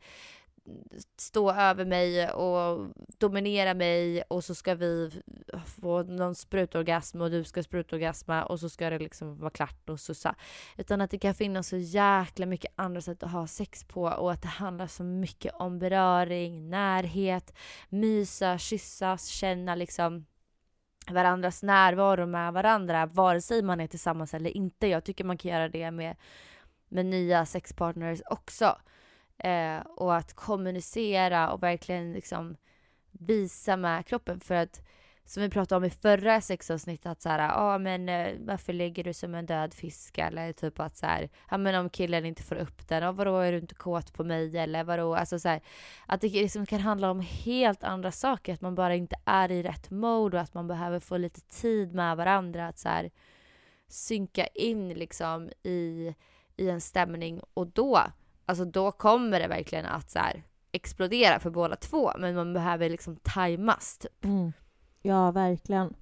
stå över mig och dominera mig och så ska vi få någon sprutorgasm och du ska sprutorgasma och så ska det liksom vara klart och så. Utan att det kan finnas så jäkla mycket andra sätt att ha sex på och att det handlar så mycket om beröring, närhet, mysa, kyssas, känna liksom varandras närvaro med varandra vare sig man är tillsammans eller inte. Jag tycker man kan göra det med nya sexpartners också. Och att kommunicera och verkligen liksom visa med kroppen. För att som vi pratade om i förra sexavsnittet att så här, men varför ligger du som en död fisk eller typ att så här, men om killen inte får upp den och vadå, är du inte kåt på mig eller vadå, alltså så här, att det liksom kan handla om helt andra saker, att man bara inte är i rätt mode och att man behöver få lite tid med varandra att så här synka in liksom i en stämning och då kommer det verkligen att så här explodera för båda två. Men man behöver liksom tajmas typ. Ja, verkligen.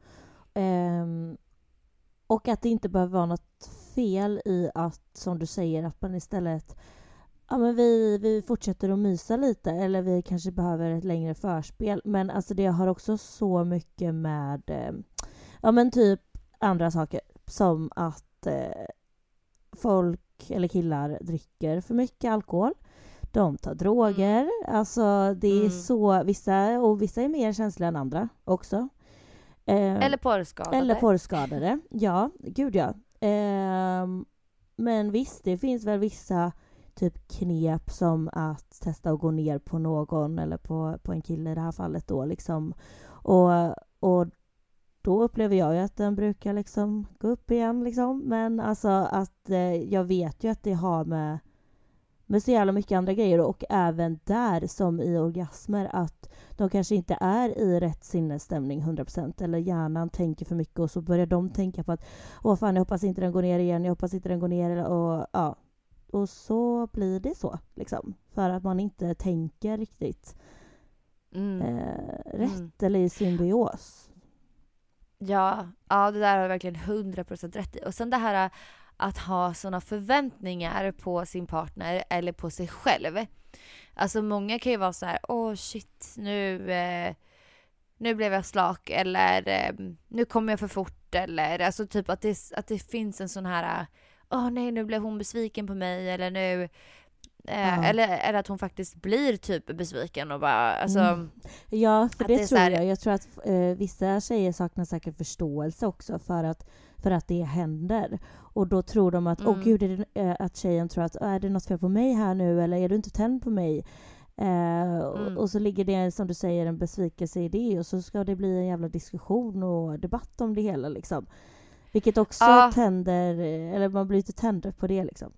Och att det inte behöver vara något fel i att, som du säger, att man istället men vi fortsätter att mysa lite eller vi kanske behöver ett längre förspel. Men alltså det har också så mycket med men typ andra saker som att folk eller killar dricker för mycket alkohol. De tar droger. Alltså det är så vissa är mer känsliga än andra också. Eller porrskadade. Ja, gud ja. Men visst, det finns väl vissa typ knep som att testa att gå ner på någon eller på en kille i det här fallet då liksom. Och då upplever jag ju att den brukar liksom gå upp igen liksom. Men alltså att jag vet ju att det har med så jävla mycket andra grejer och även där som i orgasmer att de kanske inte är i rätt sinnesstämning 100% eller hjärnan tänker för mycket och så börjar de tänka på att fan jag hoppas inte den går ner igen, jag hoppas inte den går ner och och så blir det så liksom. För att man inte tänker riktigt rätt eller i symbios. Ja, det där har jag verkligen 100% rätt i. Och sen det här att ha såna förväntningar på sin partner eller på sig själv. Alltså många kan ju vara så här: shit, nu blev jag slak, eller nu kommer jag för fort, eller alltså typ att det finns en sån här nej, nu blev hon besviken på mig, eller nu eller att hon faktiskt blir typ besviken och bara alltså Ja, för det tror här... jag tror att vissa tjejer saknar säkert förståelse också för att det händer, och då tror de att gud, att tjejen tror att är det något fel på mig här nu, eller är du inte tänd på mig? Och så ligger det, som du säger, en besvikelse i det, och så ska det bli en jävla diskussion och debatt om det hela liksom. Vilket också tänder, eller man blir lite tänd på det liksom.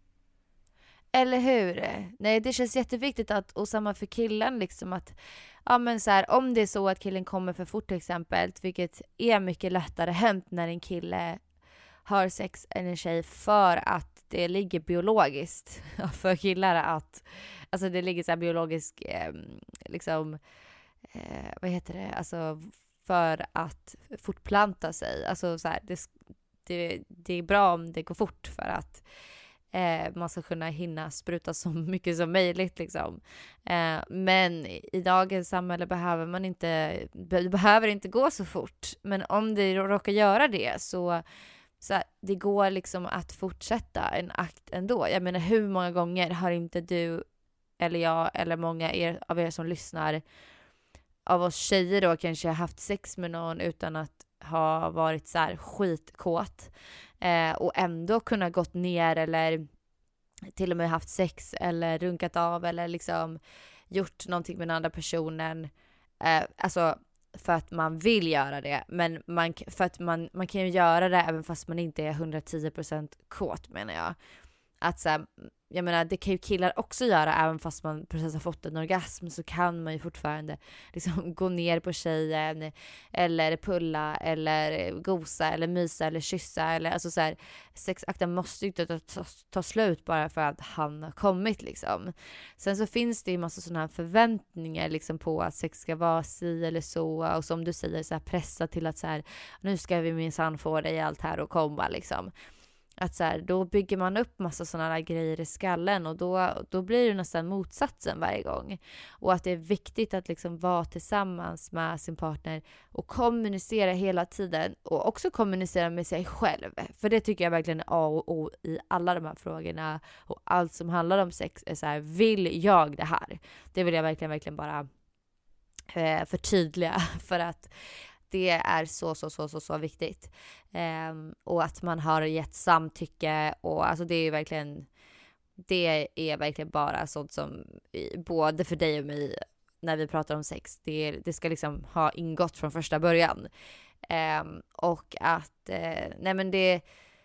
Eller hur? Nej, det känns jätteviktigt och samma för killen liksom, att men så här, om det är så att killen kommer för fort till exempel, vilket är mycket lättare hänt när en kille har sex än en tjej, för att det ligger biologiskt för killar att alltså det ligger så här biologisk liksom vad heter det, alltså för att fortplanta sig, alltså så här, det är bra om det går fort för att man ska kunna hinna spruta så mycket som möjligt liksom. Men i dagens samhälle behöver inte gå så fort, men om det råkar göra det så det går liksom att fortsätta en akt ändå. Jag menar, hur många gånger har inte du eller jag eller många av er som lyssnar, av oss tjejer då, kanske haft sex med någon utan att ha varit så här skitkåt och ändå kunna gått ner, eller till och med haft sex eller runkat av, eller liksom gjort någonting med den andra personen, alltså för att man vill göra det, men man kan ju göra det även fast man inte är 110% kåt, menar jag. Att så här, jag menar, det kan ju killar också göra, även fast man precis har fått en orgasm, så kan man ju fortfarande liksom gå ner på tjejen, eller pulla, eller gosa, eller mysa, eller kyssa, eller alltså så här, sexakten måste ju inte ta slut bara för att han har kommit liksom. Sen så finns det ju massa sådana här förväntningar liksom på att sex ska vara si eller så, och som du säger, så här, pressa till att så här, nu ska vi minsann få dig allt här och komma liksom. Att så här, då bygger man upp massa sådana där grejer i skallen, och då blir det nästan motsatsen varje gång. Och att det är viktigt att liksom vara tillsammans med sin partner och kommunicera hela tiden, och också kommunicera med sig själv. För det tycker jag verkligen är A och O i alla de här frågorna, och allt som handlar om sex är så här: vill jag det här? Det vill jag verkligen bara förtydliga, för att det är så viktigt. Och att man har gett samtycke, och alltså det är verkligen bara sånt som både för dig och mig när vi pratar om sex, det ska liksom ha ingått från första början. Och att nej men det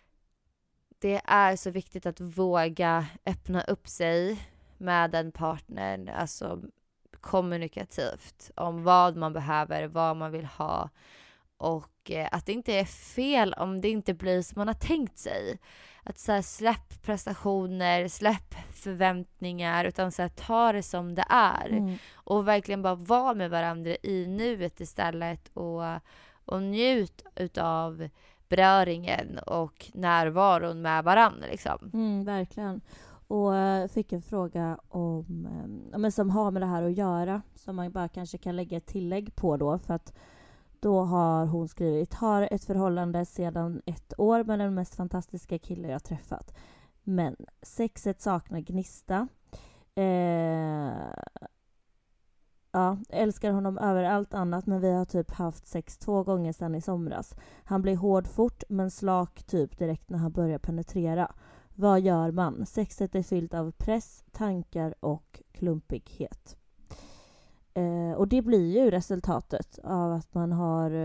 är så viktigt att våga öppna upp sig med den partnern, alltså kommunikativt, om vad man behöver, vad man vill ha, och att det inte är fel om det inte blir som man har tänkt sig. Att så här, släpp prestationer, släpp förväntningar, utan så här, ta det som det är och verkligen bara vara med varandra i nuet istället, och njut utav beröringen och närvaron med varandra liksom. Verkligen. Och fick en fråga om, men som har med det här att göra, som man bara kanske kan lägga ett tillägg på då, för att då har hon skrivit: har ett förhållande sedan 1 år med den mest fantastiska kille jag träffat. Men sexet saknar gnista. Älskar honom över allt annat, men vi har typ haft sex 2 gånger sedan i somras. Han blir hård fort, men slak typ direkt när han börjar penetrera. Vad gör man? Sexet är fyllt av press, tankar och klumpighet. Och det blir ju resultatet av att man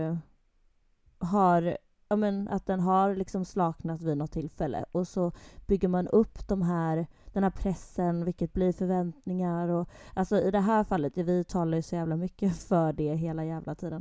att den har liksom slaknat vid något tillfälle. Och så bygger man upp den här pressen, vilket blir förväntningar. Och, alltså i det här fallet, vi talar ju så jävla mycket för det hela jävla tiden.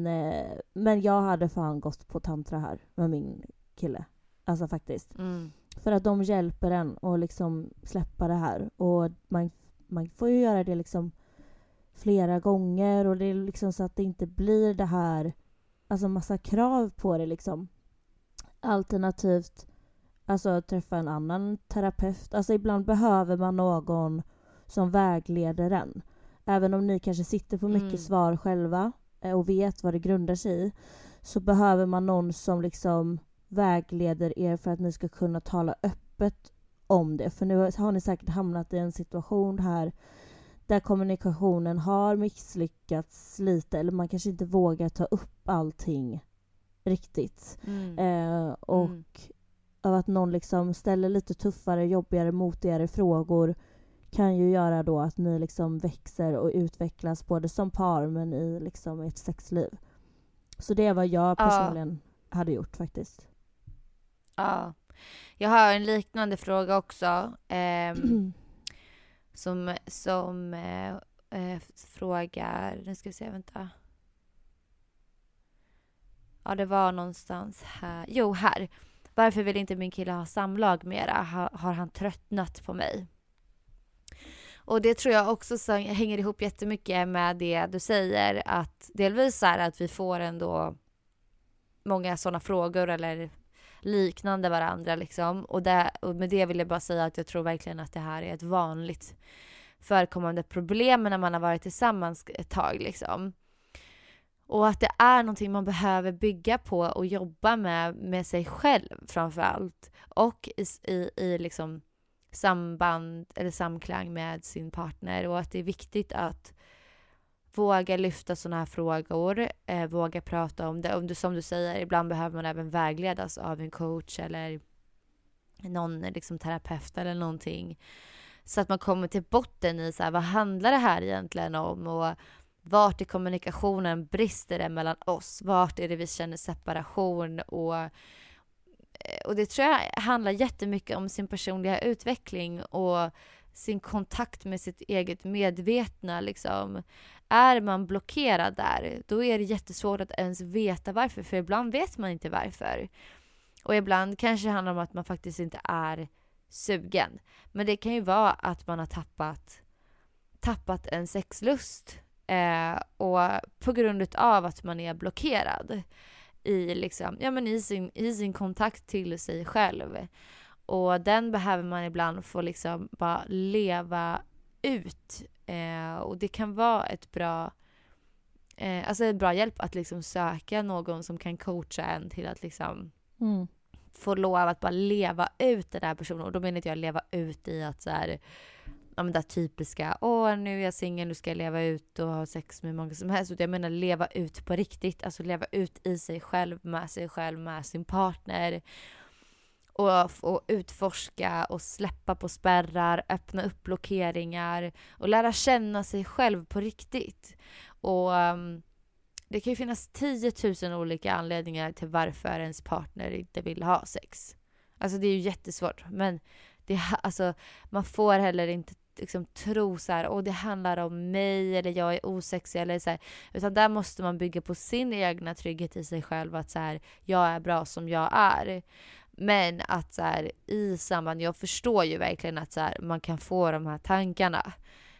Men jag hade fan gått på tantra här med min kille. Alltså faktiskt. För att de hjälper en att liksom släppa det här. Och man får ju göra det liksom flera gånger. Och det är liksom så att det inte blir det här, alltså massa krav på det liksom. Alternativt, alltså träffa en annan terapeut. Alltså ibland behöver man någon som vägleder en. Även om ni kanske sitter på mycket svar själva och vet vad det grundar sig i, så behöver man någon som liksom vägleder er för att ni ska kunna tala öppet om det. För nu har ni säkert hamnat i en situation här där kommunikationen har misslyckats lite, eller man kanske inte vågar ta upp allting riktigt. Och av att någon liksom ställer lite tuffare, jobbigare, motigare frågor kan ju göra då att ni liksom växer och utvecklas både som par men i liksom ert sexliv. Så det är vad jag personligen hade gjort faktiskt. Ja. Jag har en liknande fråga också. Som frågar... Nu ska vi se, vänta. Ja, det var någonstans här. Jo, här. Varför vill inte min kille ha samlag mera? Har han tröttnat på mig? Och det tror jag också hänger ihop jättemycket med det du säger. Att delvis är att vi får ändå många sådana frågor eller liknande varandra liksom. Och med det vill jag bara säga att jag tror verkligen att det här är ett vanligt förekommande problem när man har varit tillsammans ett tag liksom. Och att det är någonting man behöver bygga på och jobba med sig själv framförallt. Och i liksom samband eller samklang med sin partner. Och att det är viktigt att våga lyfta sådana här frågor. Våga prata om det. Som du säger, ibland behöver man även vägledas av en coach eller någon liksom terapeut eller någonting. Så att man kommer till botten i så här, vad handlar det här egentligen om? Och vart i kommunikationen brister det mellan oss? Vart är det vi känner separation? Och det tror jag handlar jättemycket om sin personliga utveckling och sin kontakt med sitt eget medvetna. Liksom. Är man blockerad där, då är det jättesvårt att ens veta varför. För ibland vet man inte varför. Och ibland kanske det handlar om att man faktiskt inte är sugen. Men det kan ju vara att man har tappat en sexlust. Och på grund av att man är blockerad i, liksom, i sin kontakt till sig själv. Och den behöver man ibland få liksom bara leva ut. Och det kan vara en bra hjälp att liksom söka någon som kan coacha en till att liksom få lov att bara leva ut den där personen. Och då menar inte jag leva ut i att så här, det typiska, nu är jag singel, nu ska jag leva ut och ha sex med många som helst. Jag menar leva ut på riktigt, alltså leva ut i sig själv, med sin partner. Och utforska och släppa på spärrar, öppna upp blockeringar och lära känna sig själv på riktigt. Och det kan ju finnas 10 000 olika anledningar till varför ens partner inte vill ha sex. Alltså det är ju jättesvårt, men man får heller inte liksom tro så här, det handlar om mig eller jag är osexig eller så här, utan där måste man bygga på sin egna trygghet i sig själv, att så här, jag är bra som jag är. Men att så här, i samband, jag förstår ju verkligen att så här, man kan få de här tankarna.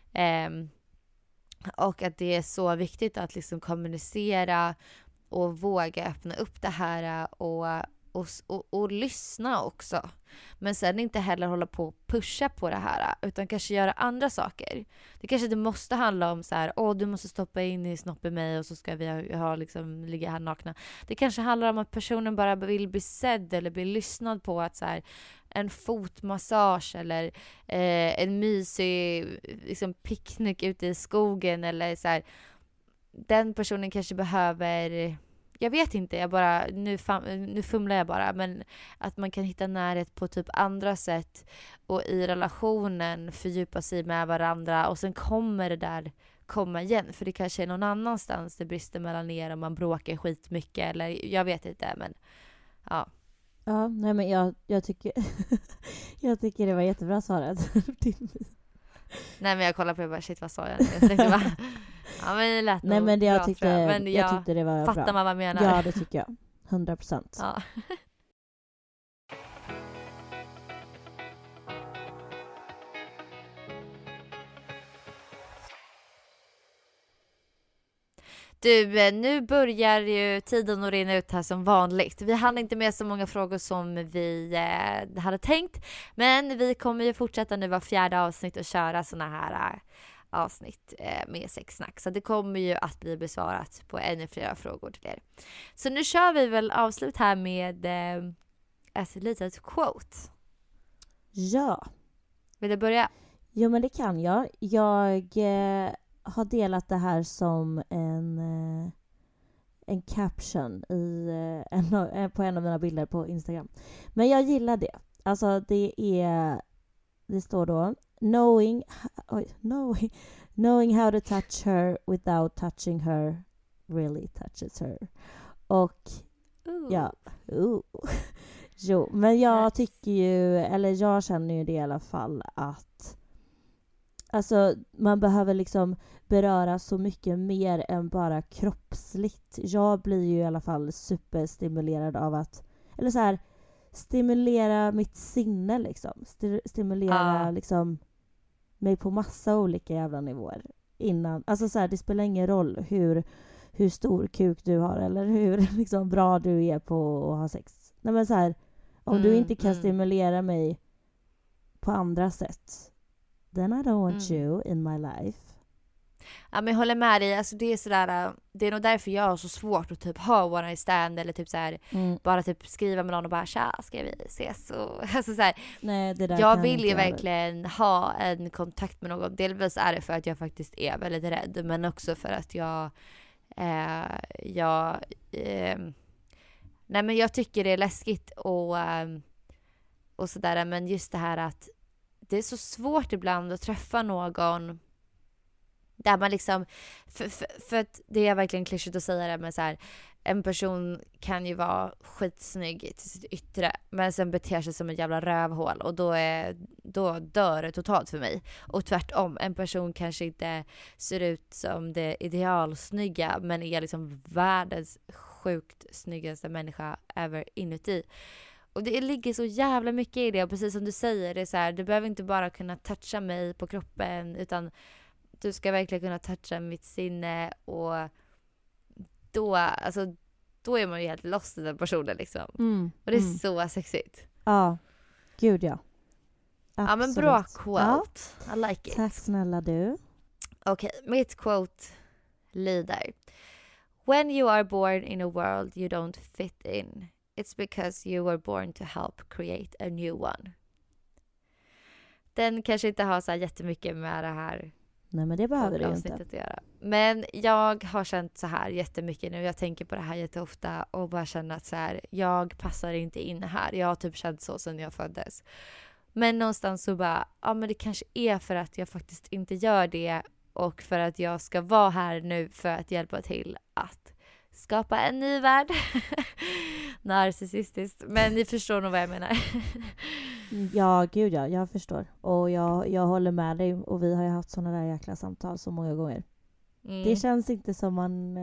Och att det är så viktigt att liksom kommunicera och våga öppna upp det här och lyssna också. Men sen inte heller hålla på och pusha på det här, utan kanske göra andra saker. Det kanske inte måste handla om så här, du måste stoppa in i snoppen mig och så ska vi ligga här nakna. Det kanske handlar om att personen bara vill bli sedd eller bli lyssnad på, att så här, en fotmassage eller en mysig liksom picknick ute i skogen, eller så här, den personen kanske behöver, jag vet inte, nu fumlar jag bara, men att man kan hitta närhet på typ andra sätt och i relationen fördjupa sig med varandra, och sen kommer det där komma igen, för det kanske är någon annanstans det brister mellan er och man bråkar skitmycket, eller jag vet inte, men ja. Ja, nej men jag tycker jag tycker det var jättebra svarat. Nej, men jag kollar på det bara, shit, vad sa jag? Jag tänkte bara, ja, men det lät nej, men jag tyckte det var fattar bra. Man vad menar. Ja, det tycker jag. 100%. Ja. Du, nu börjar ju tiden att rinna ut här som vanligt. Vi hann inte med så många frågor som vi hade tänkt. Men vi kommer ju fortsätta nu var 4:e avsnitt och köra såna här avsnitt med sexsnack. Så det kommer ju att bli besvarat på ännu fler frågor till er. Så nu kör vi väl avslut här med ett litet quote. Ja. Vill du börja? Jo, men det kan jag. Jag har delat det här som en caption på en av mina bilder på Instagram. Men jag gillar det. Alltså det står då knowing how to touch her without touching her really touches her. Och ja, jo, men jag tycker ju, eller jag känner ju det i alla fall, att alltså man behöver liksom beröra så mycket mer än bara kroppsligt. Jag blir ju i alla fall superstimulerad av att, eller så här, stimulera mitt sinne liksom. Stimulera liksom mig på massa olika jävla nivåer innan. Alltså så här, det spelar ingen roll hur stor kuk du har eller hur liksom bra du är på att ha sex. Nej, men så här, om du inte kan stimulera mig på andra sätt, then I don't want you in my life. Ja, men jag håller med dig. Alltså det är sådär, det är nog därför jag har så svårt att typ ha one night stand eller typ så här, bara typ skriva med någon och bara tja, ska vi ses och alltså så här. Nej, det där jag kan vill ju inte verkligen ha en kontakt med någon. Delvis är det för att jag faktiskt är väldigt rädd, men också för att nej, men jag tycker det är läskigt och sådär, men just det här att det är så svårt ibland att träffa någon där man liksom, för att det är verkligen klyschigt att säga det, men så här, en person kan ju vara skitsnygg till sitt yttre men sen beter sig som ett jävla rövhål och då dör det totalt för mig. Och tvärtom, en person kanske inte ser ut som det idealsnygga men är liksom världens sjukt snyggaste människa ever inuti. Och det ligger så jävla mycket i det, och precis som du säger, det är så här, du behöver inte bara kunna toucha mig på kroppen, utan du ska verkligen kunna toucha mitt sinne, och då är man ju helt lost i den personen liksom. Och det är så sexigt. Ja, gud ja. Absolut. Ja, men bra quote. Ja. I like it. Tack snälla du. Okej, mitt quote lyder: When you are born in a world you don't fit in, it's because you were born to help create a new one. Den kanske inte har så här jättemycket med det här. Nej, men det behöver det inte att göra. Men jag har känt så här jättemycket nu. Jag tänker på det här jätteofta och bara känner att så här, jag passar inte in här. Jag har typ känt så sedan jag föddes. Men någonstans så bara, ja men det kanske är för att jag faktiskt inte gör det, och för att jag ska vara här nu för att hjälpa till att skapa en ny värld. Narcissistiskt. Men ni förstår nog vad jag menar. Ja, gud ja, jag förstår. Och jag håller med dig. Och vi har ju haft såna där jäkla samtal så många gånger. Det känns inte som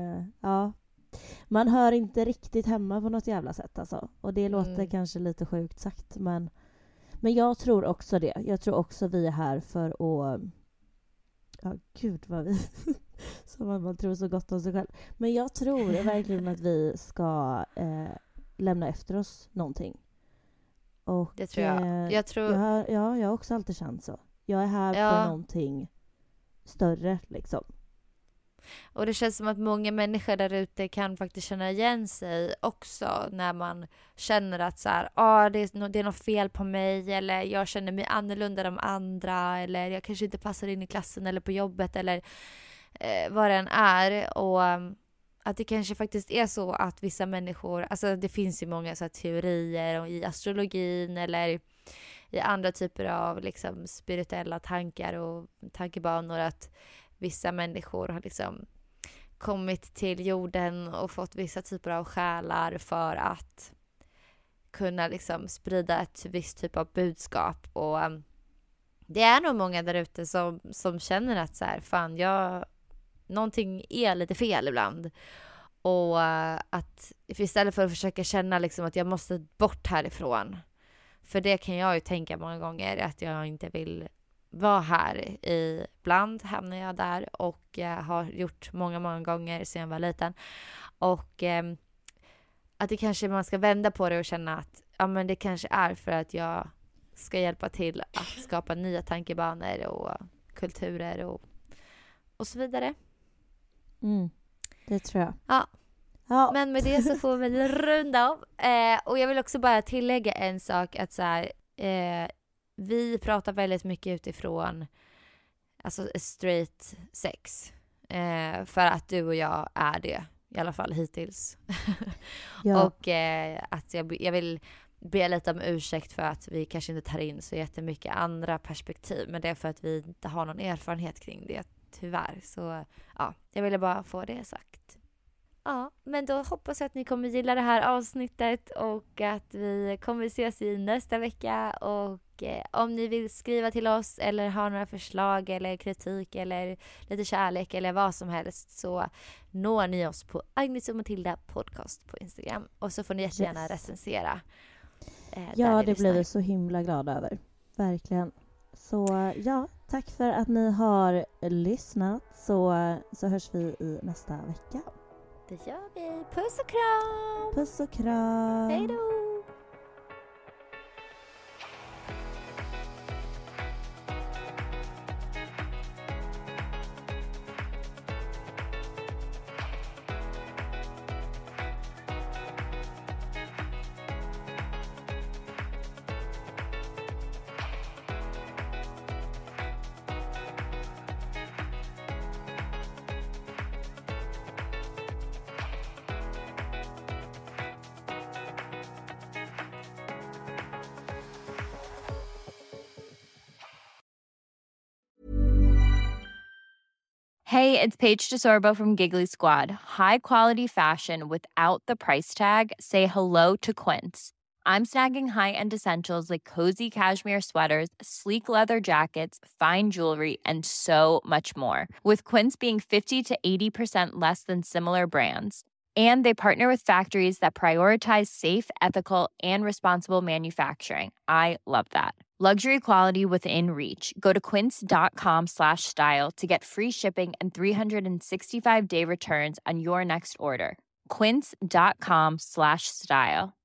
man hör inte riktigt hemma på något jävla sätt alltså. Och det låter kanske lite sjukt sagt, men jag tror också det. Jag tror också vi är här för att, ja gud vad vi som att man tror så gott om sig själv. Men jag tror verkligen att vi ska lämna efter oss någonting. Och det tror jag. Jag har också alltid känt så. Jag är här för någonting större liksom. Och det känns som att många människor där ute kan faktiskt känna igen sig också, när man känner att så här, det är något fel på mig, eller jag känner mig annorlunda än de andra, eller jag kanske inte passar in i klassen eller på jobbet, eller vad det än är. Och att det kanske faktiskt är så att vissa människor, alltså det finns ju många så här teorier i astrologin eller i andra typer av liksom spirituella tankar och tankebanor, att vissa människor har liksom kommit till jorden och fått vissa typer av själar för att kunna liksom sprida ett visst typ av budskap. Och det är nog många där ute som känner att så här, fan, någonting är lite fel ibland. Och att istället för att försöka känna liksom att jag måste bort härifrån, för det kan jag ju tänka många gånger att jag inte vill vara här. Ibland hamnar jag där och har gjort många gånger sedan jag var liten. Och att det kanske man ska vända på det och känna att ja, men det kanske är för att jag ska hjälpa till att skapa nya tankebanor och kulturer och så vidare. Det tror jag. Ja. Men med det så får vi väl runda av. Och jag vill också bara tillägga en sak. Att så här, vi pratar väldigt mycket utifrån alltså straight sex. För att du och jag är det. I alla fall hittills. Ja. Och att jag vill be lite om ursäkt för att vi kanske inte tar in så jättemycket andra perspektiv. Men det är för att vi inte har någon erfarenhet kring det, tyvärr. Så ja, jag ville bara få det sagt. Ja, men då hoppas jag att ni kommer gilla det här avsnittet och att vi kommer ses i nästa vecka. Och om ni vill skriva till oss eller ha några förslag eller kritik eller lite kärlek eller vad som helst, så når ni oss på Agnes och Matilda podcast på Instagram. Och så får ni jättegärna recensera. Ja, det blir vi så himla glada över. Verkligen. Så ja, tack för att ni har lyssnat. Så hörs vi i nästa vecka. Det gör vi. Puss och kram! Puss och kram! Hej då! Hey, it's Paige DeSorbo from Giggly Squad. High quality fashion without the price tag. Say hello to Quince. I'm snagging high-end essentials like cozy cashmere sweaters, sleek leather jackets, fine jewelry, and so much more. With Quince being 50 to 80% less than similar brands. And they partner with factories that prioritize safe, ethical, and responsible manufacturing. I love that. Luxury quality within reach. Go to quince.com/style to get free shipping and 365-day returns on your next order. Quince.com/style.